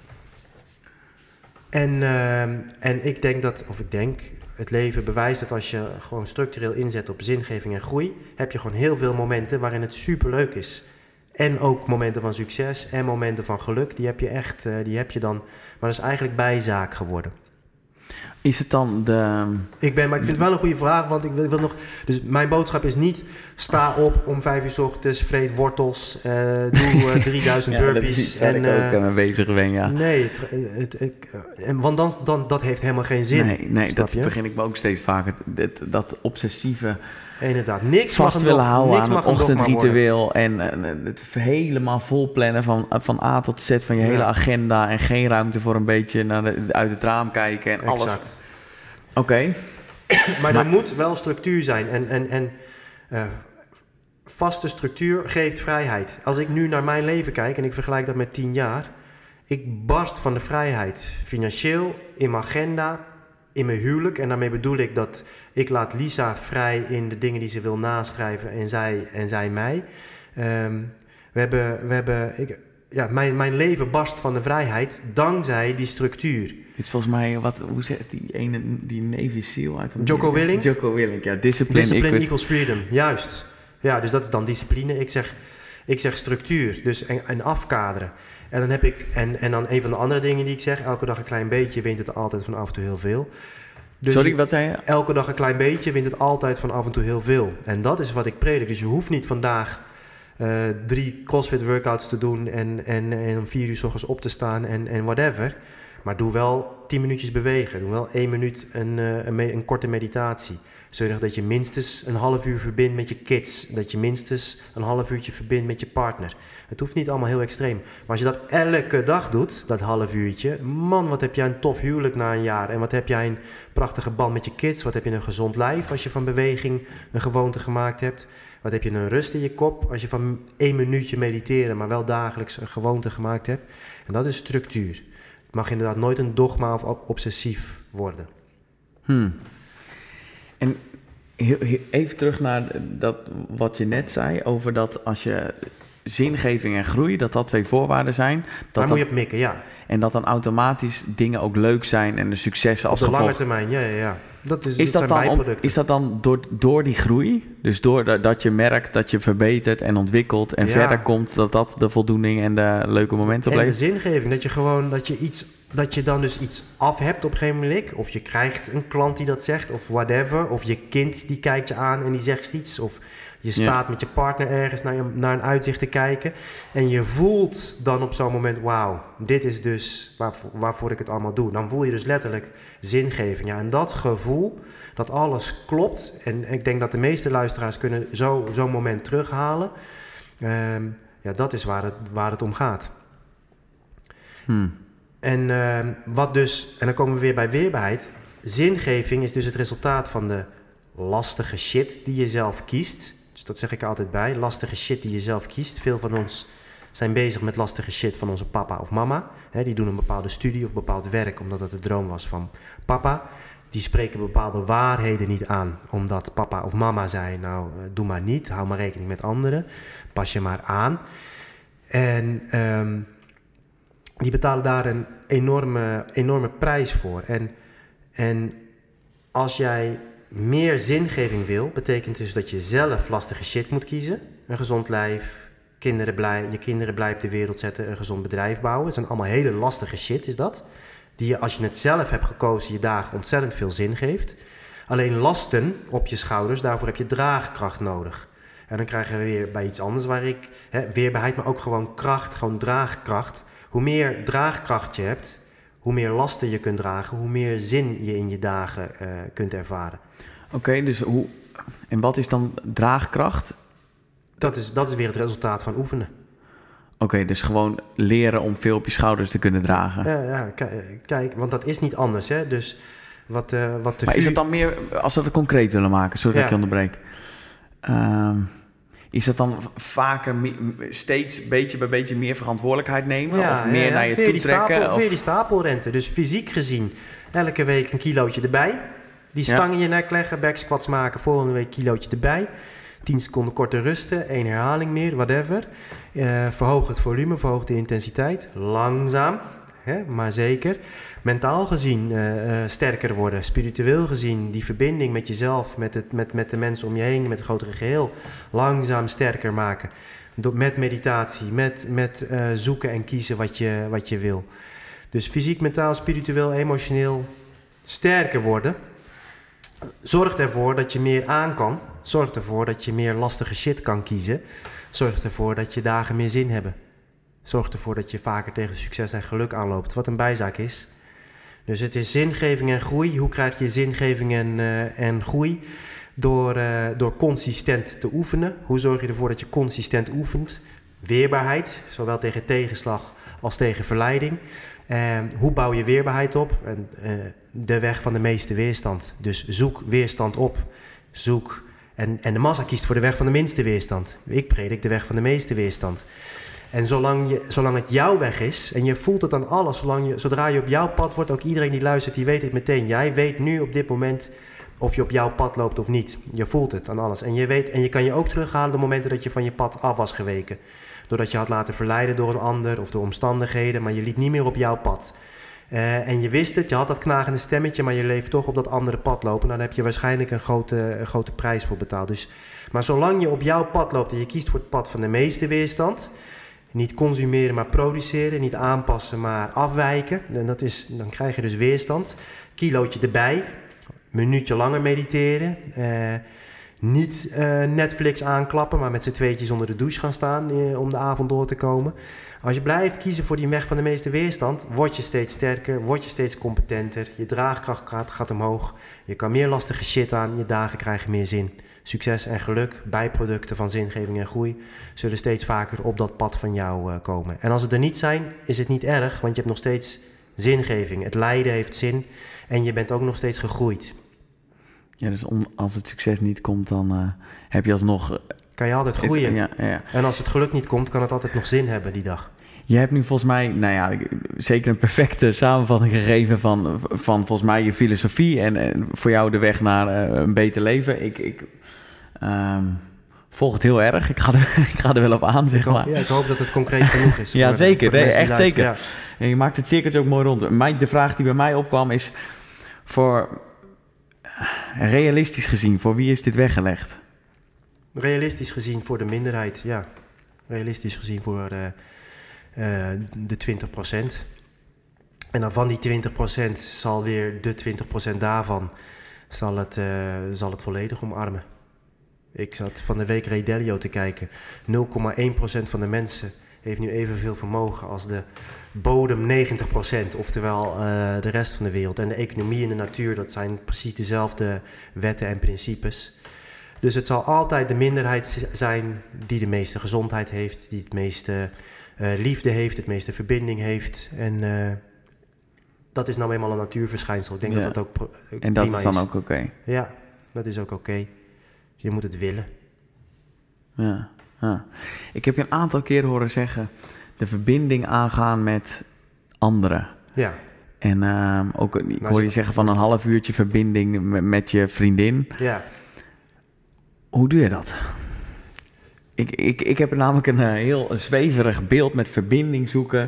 En ik denk het leven bewijst dat als je gewoon structureel inzet op zingeving en groei, heb je gewoon heel veel momenten waarin het superleuk is. En ook momenten van succes en momenten van geluk, die heb je dan. Maar dat is eigenlijk bijzaak geworden. Is het dan de... Maar ik vind het wel een goede vraag, want ik wil nog... Dus mijn boodschap is niet, sta op om 5 uur 's ochtends, vreet wortels, doe 3000 burpees. Ja, dat is waar ik ook mee bezig ben, ja. Nee, want dat heeft helemaal geen zin. Nee, dat begin ik me ook steeds vaker. Dat obsessieve... Inderdaad, niks vast mag willen houden aan een ochtendritueel en het helemaal vol plannen van A tot Z van je hele agenda en geen ruimte voor een beetje uit het raam kijken en alles. Exact. Oké. Maar er moet wel structuur zijn en vaste structuur geeft vrijheid. Als ik nu naar mijn leven kijk en ik vergelijk dat met 10 jaar, ik barst van de vrijheid. Financieel, in mijn agenda, in mijn huwelijk. En daarmee bedoel ik dat ik laat Lisa vrij in de dingen die ze wil nastrijven en zij mij. Mijn leven barst van de vrijheid dankzij die structuur. Dit is volgens mij, hoe zegt die Navy SEAL uit... Jocko Willink? Jocko Willink, ja. Discipline equals freedom, juist. Ja, dus dat is dan discipline. Ik zeg structuur, dus en afkaderen. En dan heb ik, en dan een van de andere dingen die ik zeg, elke dag een klein beetje wint het altijd van af en toe heel veel. Dus sorry, wat zei je? Elke dag een klein beetje wint het altijd van af en toe heel veel. En dat is wat ik predik. Dus je hoeft niet vandaag 3 CrossFit workouts te doen en om 4 uur 's ochtends op te staan en whatever. Maar doe wel 10 minuutjes bewegen. Doe wel 1 minuut een korte meditatie. Zorg dat je minstens een half uur verbindt met je kids. Dat je minstens een half uurtje verbindt met je partner. Het hoeft niet allemaal heel extreem. Maar als je dat elke dag doet, dat half uurtje... Man, wat heb jij een tof huwelijk na een jaar. En wat heb jij een prachtige band met je kids. Wat heb je een gezond lijf als je van beweging een gewoonte gemaakt hebt. Wat heb je een rust in je kop als je van 1 minuutje mediteren... maar wel dagelijks een gewoonte gemaakt hebt. En dat is structuur. Het mag inderdaad nooit een dogma of obsessief worden. En even terug naar dat wat je net zei... over dat als je zingeving en groei... dat 2 voorwaarden zijn. Daar moet je op mikken, ja. En dat dan automatisch dingen ook leuk zijn... en de successen als gevolg. Op de lange termijn, ja. Is dat dan door die groei? Dus doordat je merkt dat je verbetert en ontwikkelt... en verder komt, dat de voldoening en de leuke momenten oplevert? En de zingeving, dat je dan dus iets af hebt op een gegeven moment. Of je krijgt een klant die dat zegt, of whatever. Of je kind die kijkt je aan en die zegt iets. Of je staat met je partner ergens naar een uitzicht te kijken. En je voelt dan op zo'n moment, wauw, dit is dus waarvoor ik het allemaal doe. Dan voel je dus letterlijk zingeving. Ja, en dat gevoel, dat alles klopt. En ik denk dat de meeste luisteraars kunnen zo'n moment terughalen. Dat is waar het om gaat. En dan komen we weer bij weerbaarheid. Zingeving is dus het resultaat van de lastige shit die je zelf kiest. Dus dat zeg ik er altijd bij. Lastige shit die je zelf kiest. Veel van ons zijn bezig met lastige shit van onze papa of mama. Die doen een bepaalde studie of bepaald werk omdat dat de droom was van papa. Die spreken bepaalde waarheden niet aan. Omdat papa of mama zei, nou doe maar niet. Hou maar rekening met anderen. Pas je maar aan. En... die betalen daar een enorme prijs voor. En als jij meer zingeving wil, betekent dus dat je zelf lastige shit moet kiezen. Een gezond lijf, je kinderen blij op de wereld zetten, een gezond bedrijf bouwen. Dat zijn allemaal hele lastige shit, is dat. Die je, als je het zelf hebt gekozen, je dagen ontzettend veel zin geeft. Alleen lasten op je schouders, daarvoor heb je draagkracht nodig. En dan krijgen we weer bij iets anders weerbaarheid, maar ook gewoon kracht, gewoon draagkracht. Hoe meer draagkracht je hebt, hoe meer lasten je kunt dragen, hoe meer zin je in je dagen kunt ervaren. Oké, dus en wat is dan draagkracht? Dat is weer het resultaat van oefenen. Oké, dus gewoon leren om veel op je schouders te kunnen dragen. Kijk, want dat is niet anders, hè. Dus maar is het dan meer, als we het concreet willen maken, sorry dat ik je onderbreek. Is dat dan vaker steeds beetje bij beetje meer verantwoordelijkheid nemen? Of meer naar je toe trekken? Weer die stapelrente. Dus fysiek gezien, elke week een kilootje erbij. Die stang in je nek leggen, back squats maken, volgende week kilootje erbij. 10 seconden korter rusten, 1 herhaling meer, whatever. Verhoog het volume, verhoog de intensiteit. Langzaam, maar zeker. Mentaal gezien sterker worden. Spiritueel gezien die verbinding met jezelf, met de mensen om je heen, met het grotere geheel. Langzaam sterker maken. Met meditatie, met zoeken en kiezen wat je wil. Dus fysiek, mentaal, spiritueel, emotioneel. sterker worden zorgt ervoor dat je meer aan kan. Zorgt ervoor dat je meer lastige shit kan kiezen. Zorgt ervoor dat je dagen meer zin hebben. Zorgt ervoor dat je vaker tegen succes en geluk aanloopt. Wat een bijzaak is. Dus het is zingeving en groei. Hoe krijg je zingeving en groei? Door consistent te oefenen. Hoe zorg je ervoor dat je consistent oefent? Weerbaarheid, zowel tegen tegenslag als tegen verleiding. Hoe bouw je weerbaarheid op? De weg van de meeste weerstand. Dus zoek weerstand op. En de massa kiest voor de weg van de minste weerstand. Ik predik de weg van de meeste weerstand. En zolang het jouw weg is, en je voelt het aan alles, zodra je op jouw pad wordt, ook iedereen die luistert, die weet het meteen. Jij weet nu op dit moment of je op jouw pad loopt of niet. Je voelt het aan alles. En je kan je ook terughalen de momenten dat je van je pad af was geweken. Doordat je had laten verleiden door een ander of door omstandigheden, maar je liep niet meer op jouw pad. En je wist het, je had dat knagende stemmetje, maar je leeft toch op dat andere pad lopen. Dan heb je waarschijnlijk een grote prijs voor betaald. Maar zolang je op jouw pad loopt en je kiest voor het pad van de meeste weerstand, niet consumeren, maar produceren, niet aanpassen, maar afwijken, dan krijg je dus weerstand. Kilootje erbij, minuutje langer mediteren, niet Netflix aanklappen, maar met z'n tweetjes onder de douche gaan staan om de avond door te komen. Als je blijft kiezen voor die weg van de meeste weerstand, word je steeds sterker, word je steeds competenter, je draagkracht gaat omhoog, je kan meer lastige shit aan, je dagen krijgen meer zin. Succes en geluk, bijproducten van zingeving en groei, zullen steeds vaker op dat pad van jou komen. En als het er niet zijn, is het niet erg, want je hebt nog steeds zingeving. Het lijden heeft zin en je bent ook nog steeds gegroeid. Ja, dus als het succes niet komt, dan heb je alsnog... Kan je altijd groeien. Ja. En als het geluk niet komt, kan het altijd nog zin hebben die dag. Je hebt nu volgens mij, zeker een perfecte samenvatting gegeven van volgens mij je filosofie en voor jou de weg naar een beter leven. Ik volg het heel erg. Ik ga er wel op aan, zeg maar. Ja, ik hoop dat het concreet genoeg is. Ja, zeker. Voor echt zeker. Ja. En je maakt het cirkeltje ook mooi rond. De vraag die bij mij opkwam is, voor realistisch gezien, voor wie is dit weggelegd? Realistisch gezien voor de minderheid, ja. Realistisch gezien voor de 20%. En dan van die 20% zal weer de 20% daarvan zal het volledig omarmen. Ik zat van de week Ray Dalio te kijken. 0,1% van de mensen heeft nu evenveel vermogen als de bodem 90%. Oftewel de rest van de wereld. En de economie en de natuur, dat zijn precies dezelfde wetten en principes. Dus het zal altijd de minderheid zijn die de meeste gezondheid heeft, die het meeste liefde heeft, het meeste verbinding heeft. En dat is nou eenmaal een natuurverschijnsel. Ik denk dat dat ook prima is. En dat is dan ook oké? Ja, dat is ook oké. Je moet het willen. Ja. Ik heb je een aantal keren horen zeggen, de verbinding aangaan met anderen. Ja. En ik hoor je zeggen van een half uurtje verbinding met je vriendin. Ja. Hoe doe je dat? Ik heb namelijk een heel zweverig beeld met verbinding zoeken.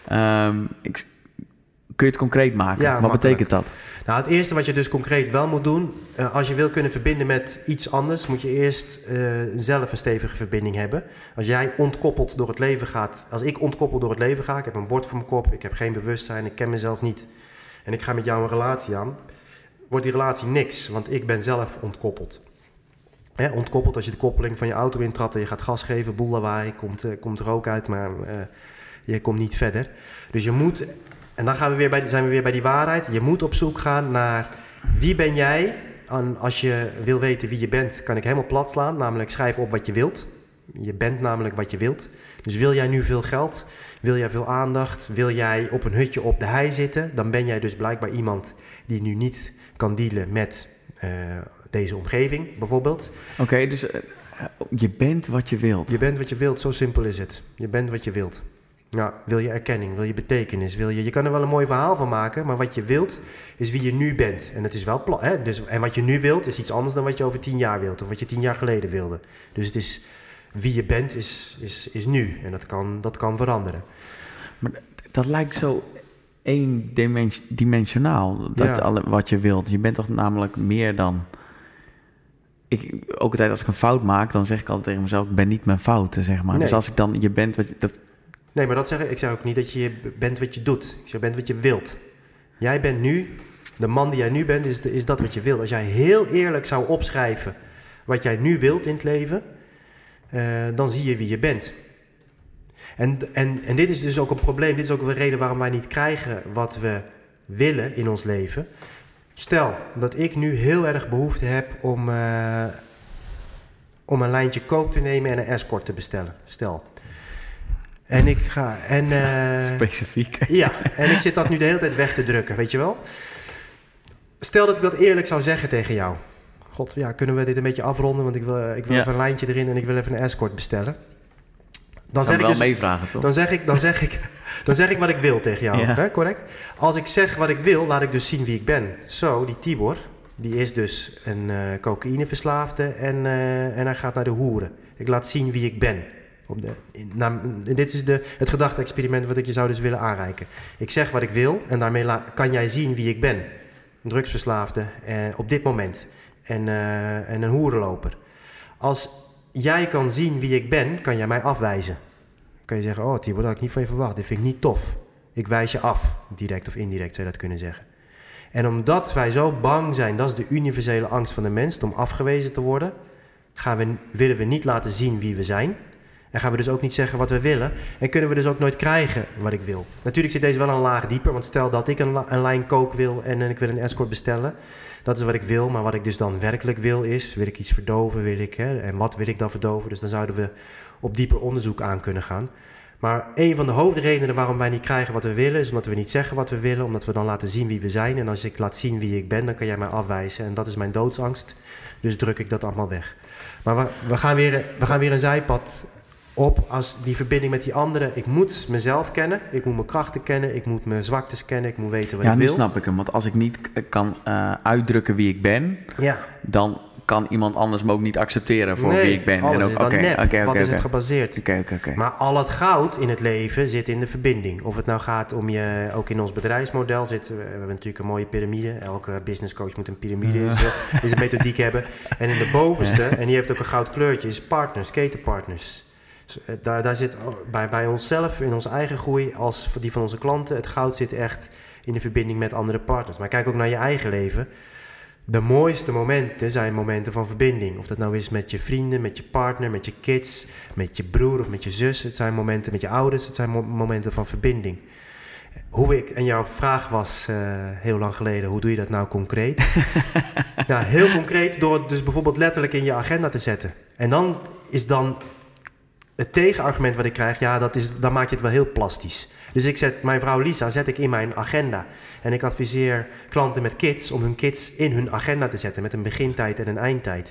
Kun je het concreet maken? Ja, wat betekent dat? Nou, het eerste wat je dus concreet wel moet doen, als je wil kunnen verbinden met iets anders, moet je eerst zelf een stevige verbinding hebben. Als jij ontkoppeld door het leven gaat, als ik ontkoppeld door het leven ga, ik heb een bord voor mijn kop, ik heb geen bewustzijn, ik ken mezelf niet en ik ga met jou een relatie aan, wordt die relatie niks, want ik ben zelf ontkoppeld. Ontkoppeld als je de koppeling van je auto intrapt en je gaat gas geven, boel lawaai, komt rook uit, maar je komt niet verder. Dus je moet, en dan zijn we weer bij die waarheid, je moet op zoek gaan naar wie ben jij. En als je wil weten wie je bent, kan ik helemaal plat slaan, namelijk schrijf op wat je wilt. Je bent namelijk wat je wilt. Dus wil jij nu veel geld, wil jij veel aandacht, wil jij op een hutje op de hei zitten, dan ben jij dus blijkbaar iemand die nu niet kan dealen met deze omgeving, bijvoorbeeld. Oké, dus je bent wat je wilt. Je bent wat je wilt, zo simpel is het. Je bent wat je wilt. Nou, wil je erkenning, wil je betekenis, je kan er wel een mooi verhaal van maken, maar wat je wilt is wie je nu bent. En het is wel en wat je nu wilt is iets anders dan wat je over 10 jaar wilt of wat je 10 jaar geleden wilde. Dus het is wie je bent is nu en dat kan veranderen. Maar dat lijkt zo eendimensionaal, wat je wilt. Je bent toch namelijk meer dan... Ook altijd als ik een fout maak, dan zeg ik altijd tegen mezelf, ik ben niet mijn fouten, zeg maar. Nee. Dus als ik dan, je bent wat je... Nee, maar ik zeg ook niet dat je bent wat je doet. Ik zeg, je bent wat je wilt. Jij bent nu De man die jij nu bent, is dat wat je wil. Als jij heel eerlijk zou opschrijven wat jij nu wilt in het leven, dan zie je wie je bent. En dit is dus ook een probleem. Dit is ook de reden waarom wij niet krijgen wat we willen in ons leven. Stel dat ik nu heel erg behoefte heb om een lijntje coke te nemen en een escort te bestellen. Stel. En ik ga... Specifiek. Ja, en ik zit dat nu de hele tijd weg te drukken, weet je wel? Stel dat ik dat eerlijk zou zeggen tegen jou. God, ja, kunnen we dit een beetje afronden? Want ik wil even een lijntje erin en ik wil even een escort bestellen. Dan zeg ik wel meevragen, toch? Dan zeg ik wat ik wil tegen jou, Ja. hè? Correct? Als ik zeg wat ik wil, laat ik dus zien wie ik ben. Zo, die Tibor, die is dus een cocaïneverslaafde en hij gaat naar de hoeren. Ik laat zien wie ik ben. Dit is het gedachte-experiment wat ik je zou dus willen aanreiken. Ik zeg wat ik wil en daarmee kan jij zien wie ik ben. Een drugsverslaafde op dit moment en een hoerenloper. Als jij kan zien wie ik ben, kan jij mij afwijzen. Dan kan je zeggen, oh Tibor, dat had ik niet van je verwacht. Dit vind ik niet tof. Ik wijs je af. Direct of indirect zou je dat kunnen zeggen. En omdat wij zo bang zijn, dat is de universele angst van de mens, om afgewezen te worden, willen we niet laten zien wie we zijn. En gaan we dus ook niet zeggen wat we willen. En kunnen we dus ook nooit krijgen wat ik wil. Natuurlijk zit deze wel een laag dieper. Want stel dat ik een lijn coke wil en ik wil een escort bestellen. Dat is wat ik wil. Maar wat ik dus dan werkelijk wil ik iets verdoven? En wat wil ik dan verdoven? Dus dan zouden we op dieper onderzoek aan kunnen gaan. Maar een van de hoofdredenen waarom wij niet krijgen wat we willen, is omdat we niet zeggen wat we willen. Omdat we dan laten zien wie we zijn. En als ik laat zien wie ik ben, dan kan jij mij afwijzen. En dat is mijn doodsangst. Dus druk ik dat allemaal weg. Maar we gaan weer een zijpad op als die verbinding met die anderen. Ik moet mezelf kennen, ik moet mijn krachten kennen, ik moet mijn zwaktes kennen, ik moet weten wat ik wil. Ja, nu snap ik hem. Want als ik niet kan uitdrukken wie ik ben, dan kan iemand anders me ook niet accepteren voor wie ik ben. Alles en ook, is dan nep. Wat is het gebaseerd? Okay. Maar al het goud in het leven zit in de verbinding. Of het nou gaat om ook in ons bedrijfsmodel zit, we hebben natuurlijk een mooie piramide. Elke business coach moet een piramide is een methodiek hebben. En in de bovenste, en die heeft ook een goud kleurtje, is partners, ketenpartners. Daar zit bij onszelf, in onze eigen groei, als die van onze klanten, het goud zit echt in de verbinding met andere partners. Maar kijk ook naar je eigen leven. De mooiste momenten zijn momenten van verbinding. Of dat nou is met je vrienden, met je partner, met je kids, met je broer of met je zus. Het zijn momenten met je ouders, het zijn momenten van verbinding. En jouw vraag was heel lang geleden, hoe doe je dat nou concreet? Ja, heel concreet door het dus bijvoorbeeld letterlijk in je agenda te zetten. En dan is het tegenargument wat ik krijg, dan maak je het wel heel plastisch. Dus mijn vrouw Lisa zet ik in mijn agenda. En ik adviseer klanten met kids om hun kids in hun agenda te zetten. Met een begintijd en een eindtijd.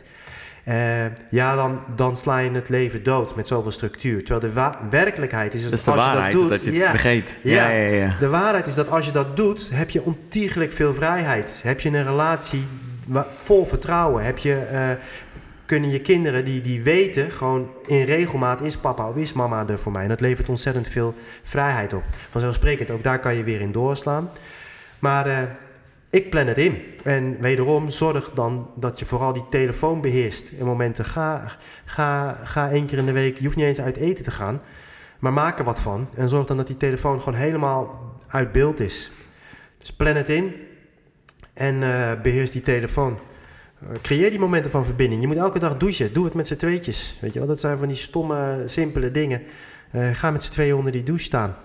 Dan sla je het leven dood met zoveel structuur. Terwijl de werkelijkheid is dat als je dat doet... dat je het vergeet. Ja. De waarheid is dat als je dat doet, heb je ontiegelijk veel vrijheid. Heb je een relatie vol vertrouwen. Kunnen je kinderen die weten, gewoon in regelmaat is papa of is mama er voor mij. En dat levert ontzettend veel vrijheid op. Vanzelfsprekend, ook daar kan je weer in doorslaan. Maar ik plan het in. En wederom, zorg dan dat je vooral die telefoon beheerst. In momenten, ga 1 keer in de week, je hoeft niet eens uit eten te gaan. Maar maak er wat van. En zorg dan dat die telefoon gewoon helemaal uit beeld is. Dus plan het in. En beheers die telefoon. Creëer die momenten van verbinding. Je moet elke dag douchen. Doe het met z'n tweetjes. Weet je wel, dat zijn van die stomme, simpele dingen. Ga met z'n tweeën onder die douche staan.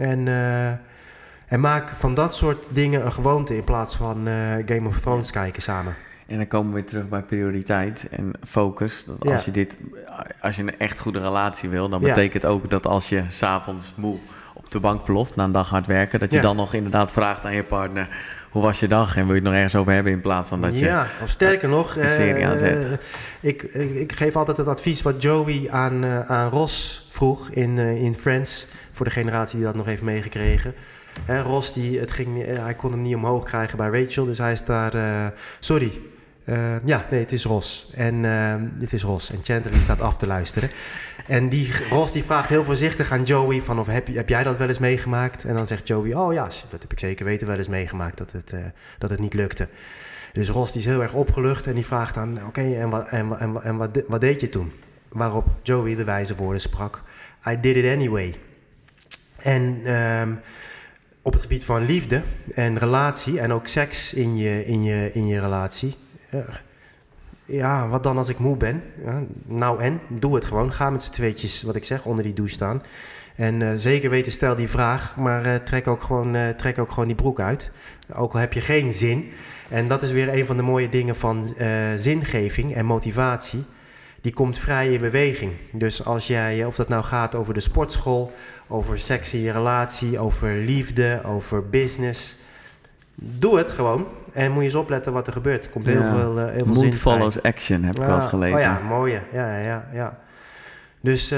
En maak van dat soort dingen een gewoonte in plaats van Game of Thrones kijken samen. En dan komen we weer terug bij prioriteit en focus. Dat als je een echt goede relatie wil, dan betekent ook dat als je 's avonds moe op de bank ploft na een dag hard werken, dat je dan nog inderdaad vraagt aan je partner: hoe was je dag en wil je het nog ergens over hebben, in plaats van dat je... Ja, of sterker nog, een serie aanzet. Ik geef altijd het advies wat Joey aan Ross vroeg in Friends, voor de generatie die dat nog heeft meegekregen. Ross, hij kon hem niet omhoog krijgen bij Rachel, dus hij is daar... sorry. Het is Ross. Het is Ross. En Chandler die staat af te luisteren. En Ross die vraagt heel voorzichtig aan Joey van of heb jij dat wel eens meegemaakt? En dan zegt Joey, oh ja, dat heb ik zeker weten wel eens meegemaakt, dat het niet lukte. Dus Ross die is heel erg opgelucht en die vraagt dan, oké, wat deed je toen? Waarop Joey de wijze woorden sprak, I did it anyway. En op het gebied van liefde en relatie en ook seks in je relatie. Ja, wat dan als ik moe ben? Ja, nou en, doe het gewoon. Ga met z'n tweetjes, wat ik zeg, onder die douche staan. En zeker weten, stel die vraag, maar trek ook gewoon die broek uit. Ook al heb je geen zin. En dat is weer een van de mooie dingen van zingeving en motivatie. Die komt vrij in beweging. Dus als jij, of dat nou gaat over de sportschool, over seks in je relatie, over liefde, over business, doe het gewoon. En moet je eens opletten wat er gebeurt. Er komt heel veel zin vrij. Mood follows action, heb ik wel eens gelezen. Oh ja, mooie. Ja. Dus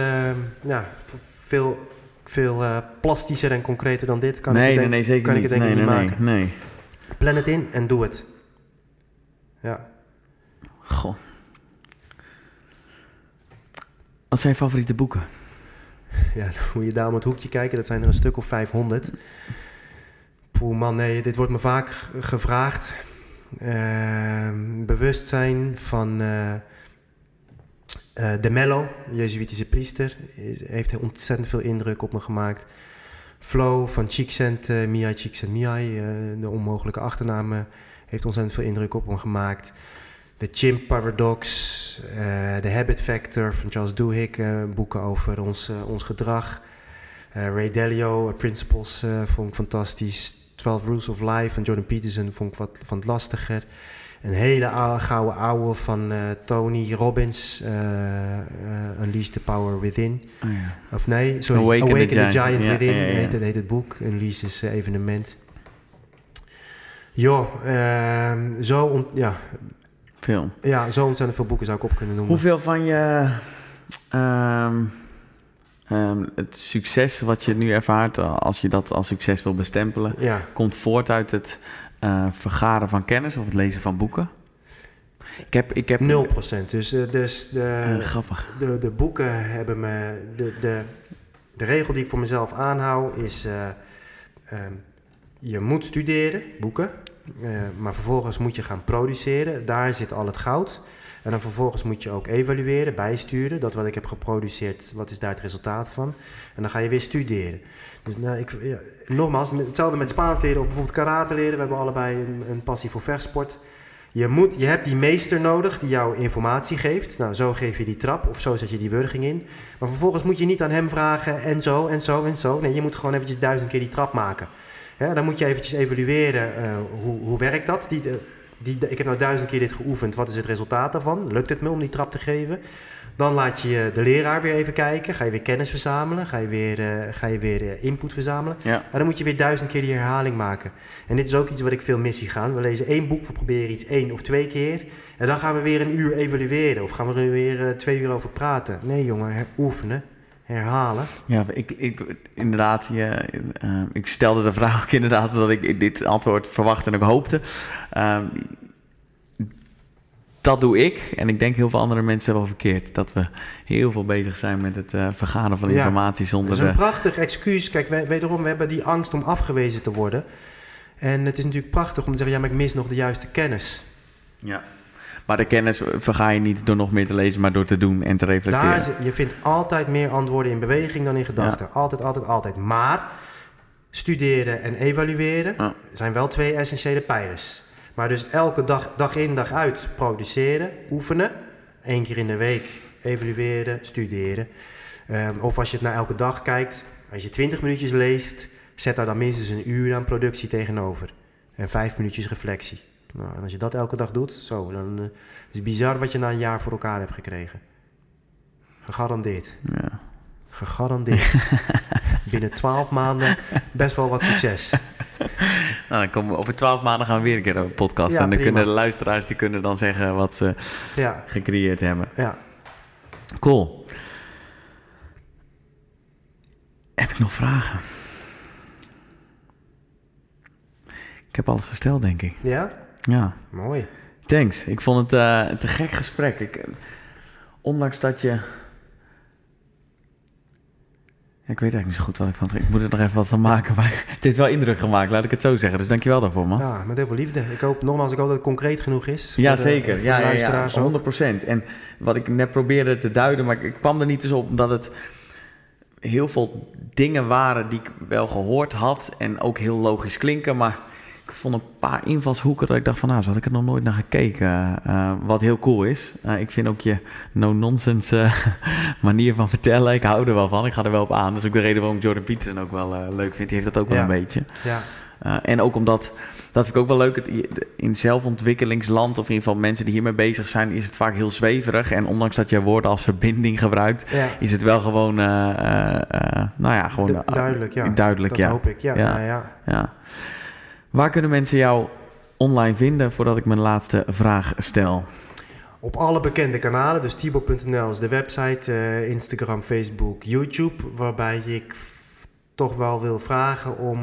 veel plastischer en concreter dan dit kan ik het denk ik niet maken. Nee. Plan het in en doe het. Ja. Goh. Wat zijn je favoriete boeken? Ja, dan moet je daar om het hoekje kijken. Dat zijn er een stuk of 500. Poeh man, nee, dit wordt me vaak gevraagd. Bewustzijn van De Mello, Jezuïtische priester, heeft ontzettend veel indruk op me gemaakt. Flow van Csikszentmihalyi, de onmogelijke achternaam, heeft ontzettend veel indruk op me gemaakt. The Chimp Paradox, The Habit Factor van Charles Duhigg, boeken over ons gedrag. Ray Dalio, Principles, vond ik fantastisch. 12 Rules of Life van Jordan Peterson vond ik wat van het lastiger. Een hele gouden ouwe van Tony Robbins, Unleash the Power Within. Oh ja. Of nee, sorry, Awaken the Giant Within heet het boek. Unleash is evenement. Veel. Ja, zo ontzettend veel boeken zou ik op kunnen noemen. Hoeveel van je het succes wat je nu ervaart, als je dat als succes wil bestempelen, komt voort uit het vergaren van kennis of het lezen van boeken? Ik heb 0%. Dus grappig. De boeken hebben me... De regel die ik voor mezelf aanhoud is... je moet studeren, boeken. Maar vervolgens moet je gaan produceren. Daar zit al het goud. En dan vervolgens moet je ook evalueren, bijsturen. Dat wat ik heb geproduceerd, wat is daar het resultaat van? En dan ga je weer studeren. Dus nogmaals, hetzelfde met Spaans leren of bijvoorbeeld karate leren. We hebben allebei een passie voor vechtsport. Je hebt die meester nodig die jou informatie geeft. Nou, zo geef je die trap of zo zet je die wurging in. Maar vervolgens moet je niet aan hem vragen en zo en zo en zo. Nee, je moet gewoon eventjes 1000 keer die trap maken. Ja, dan moet je eventjes evalueren, hoe werkt dat? Ik heb nou 1000 keer dit geoefend, wat is het resultaat daarvan? Lukt het me om die trap te geven? Dan laat je de leraar weer even kijken, ga je weer kennis verzamelen, ga je weer input verzamelen. Ja. En dan moet je weer 1000 keer die herhaling maken. En dit is ook iets wat ik veel mis zie gaan. We lezen 1 boek, we proberen iets 1 of 2 keer. En dan gaan we weer 1 uur evalueren of gaan we er weer 2 uur over praten. Nee jongen, oefenen. Herhalen. Ja, inderdaad, ik stelde de vraag ook inderdaad dat ik dit antwoord verwachtte en ook hoopte. Dat doe ik en ik denk heel veel andere mensen wel verkeerd. Dat we heel veel bezig zijn met het vergaren van informatie zonder... Dat is een prachtig excuus. Kijk, wederom, we hebben die angst om afgewezen te worden. En het is natuurlijk prachtig om te zeggen, ja, maar ik mis nog de juiste kennis. Ja. Maar de kennis verga je niet door nog meer te lezen, maar door te doen en te reflecteren. Je vindt altijd meer antwoorden in beweging dan in gedachten. Ja. Altijd. Maar studeren en evalueren zijn wel 2 essentiële pijlers. Maar dus elke dag in, dag uit produceren, oefenen. 1 keer in de week evalueren, studeren. Of als je het naar elke dag kijkt, als je 20 minuutjes leest, zet daar dan minstens 1 uur aan productie tegenover. En 5 minuutjes reflectie. Nou, en als je dat elke dag doet, dan is het bizar wat je na een jaar voor elkaar hebt gekregen. Gegarandeerd. Ja. Gegarandeerd. Binnen 12 maanden best wel wat succes. Nou, dan komen we over 12 maanden gaan we weer een keer een podcast. Ja, en dan kunnen de luisteraars dan zeggen wat ze gecreëerd hebben. Ja. Cool. Heb ik nog vragen? Ik heb alles gesteld, denk ik. Ja? Ja. Mooi. Thanks. Ik vond het een te gek gesprek. Ondanks dat je... Ik weet eigenlijk niet zo goed wat ik van... Ik moet er nog even wat van maken. Maar het heeft wel indruk gemaakt, laat ik het zo zeggen. Dus dankjewel daarvoor, man. Ja, met heel veel liefde. Ik hoop dat het concreet genoeg is. Ja, zeker. Ja, 100%. En wat ik net probeerde te duiden, maar ik kwam er niet eens op, omdat het... heel veel dingen waren die ik wel gehoord had en ook heel logisch klinken, maar ik vond een paar invalshoeken dat ik dacht van, zo had ik er nog nooit naar gekeken. Wat heel cool is. Ik vind ook je no-nonsense manier van vertellen. Ik hou er wel van. Ik ga er wel op aan. Dat is ook de reden waarom ik Jordan Peterson ook wel leuk vind. Die heeft dat ook wel een beetje. Ja. En ook omdat, dat vind ik ook wel leuk, in zelfontwikkelingsland of in ieder geval mensen die hiermee bezig zijn, is het vaak heel zweverig. En ondanks dat je woorden als verbinding gebruikt, is het wel gewoon, gewoon duidelijk. Ja. Duidelijk, dat ja. hoop ik. Ja. Waar kunnen mensen jou online vinden voordat ik mijn laatste vraag stel? Op alle bekende kanalen, dus Tibor.nl is de website, Instagram, Facebook, YouTube, waarbij ik toch wel wil vragen om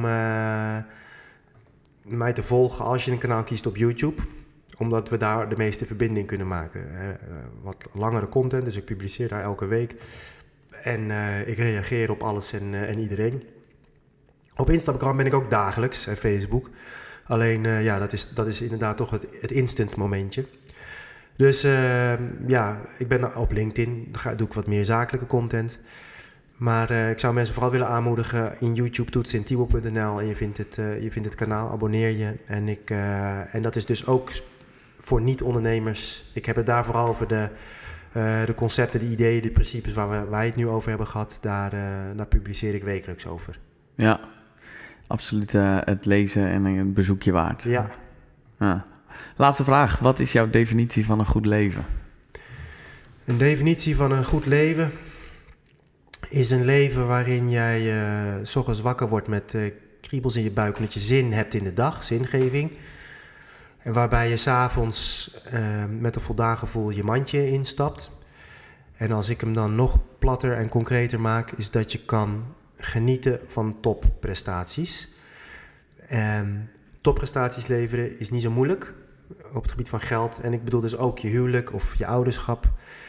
mij te volgen als je een kanaal kiest op YouTube, omdat we daar de meeste verbinding kunnen maken. Wat langere content, dus ik publiceer daar elke week en ik reageer op alles en iedereen. Op Instagram ben ik ook dagelijks en Facebook. Alleen, dat is inderdaad toch het instant momentje. Dus ik ben op LinkedIn, doe ik wat meer zakelijke content. Maar ik zou mensen vooral willen aanmoedigen in YouTube toetsen in Tibor.nl en je vindt het kanaal, abonneer je. En dat is dus ook voor niet-ondernemers. Ik heb het daar vooral over de concepten, de ideeën, de principes waar wij het nu over hebben gehad. Daar publiceer ik wekelijks over. Ja, absoluut het lezen en een bezoekje waard. Ja. Laatste vraag. Wat is jouw definitie van een goed leven? Een definitie van een goed leven is een leven waarin jij 's ochtends wakker wordt met kriebels in je buik, omdat je zin hebt in de dag, zingeving. En waarbij je 's avonds met een voldaan gevoel je mandje instapt. En als ik hem dan nog platter en concreter maak, is dat je kan genieten van topprestaties. Topprestaties leveren is niet zo moeilijk op het gebied van geld. En ik bedoel dus ook je huwelijk of je ouderschap.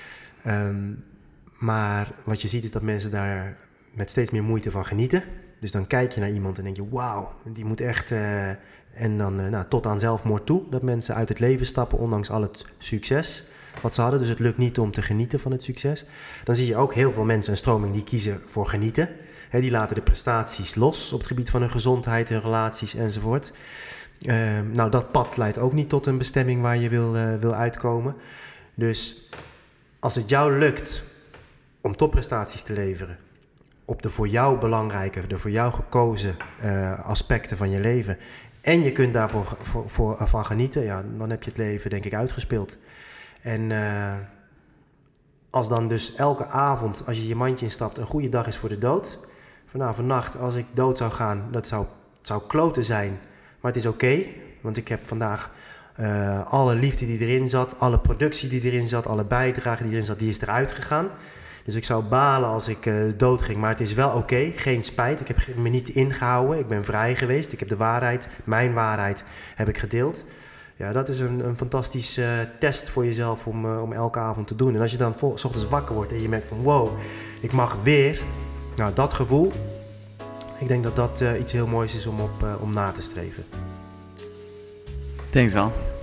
Maar wat je ziet is dat mensen daar met steeds meer moeite van genieten. Dus dan kijk je naar iemand en denk je, wauw, die moet echt... en dan tot aan zelfmoord toe, dat mensen uit het leven stappen ondanks al het succes wat ze hadden. Dus het lukt niet om te genieten van het succes. Dan zie je ook heel veel mensen en stroming die kiezen voor genieten. Die laten de prestaties los op het gebied van hun gezondheid, hun relaties enzovoort. Dat pad leidt ook niet tot een bestemming waar je wil uitkomen. Dus als het jou lukt om topprestaties te leveren op de voor jou belangrijke, de voor jou gekozen aspecten van je leven, en je kunt daarvoor van genieten, dan heb je het leven denk ik uitgespeeld. En als dan dus elke avond, als je je mandje instapt, een goede dag is voor de dood. Vannacht, als ik dood zou gaan, dat zou kloten zijn. Maar het is oké, want ik heb vandaag alle liefde die erin zat, alle productie die erin zat, alle bijdrage die erin zat, die is eruit gegaan. Dus ik zou balen als ik dood ging, maar het is wel oké, geen spijt. Ik heb me niet ingehouden, ik ben vrij geweest. Ik heb de waarheid, mijn waarheid, heb ik gedeeld. Ja, dat is een fantastische test voor jezelf om elke avond te doen. En als je dan 's ochtends wakker wordt en je merkt van wow, ik mag weer. Nou, dat gevoel, ik denk dat dat iets heel moois is om na te streven. Thanks al.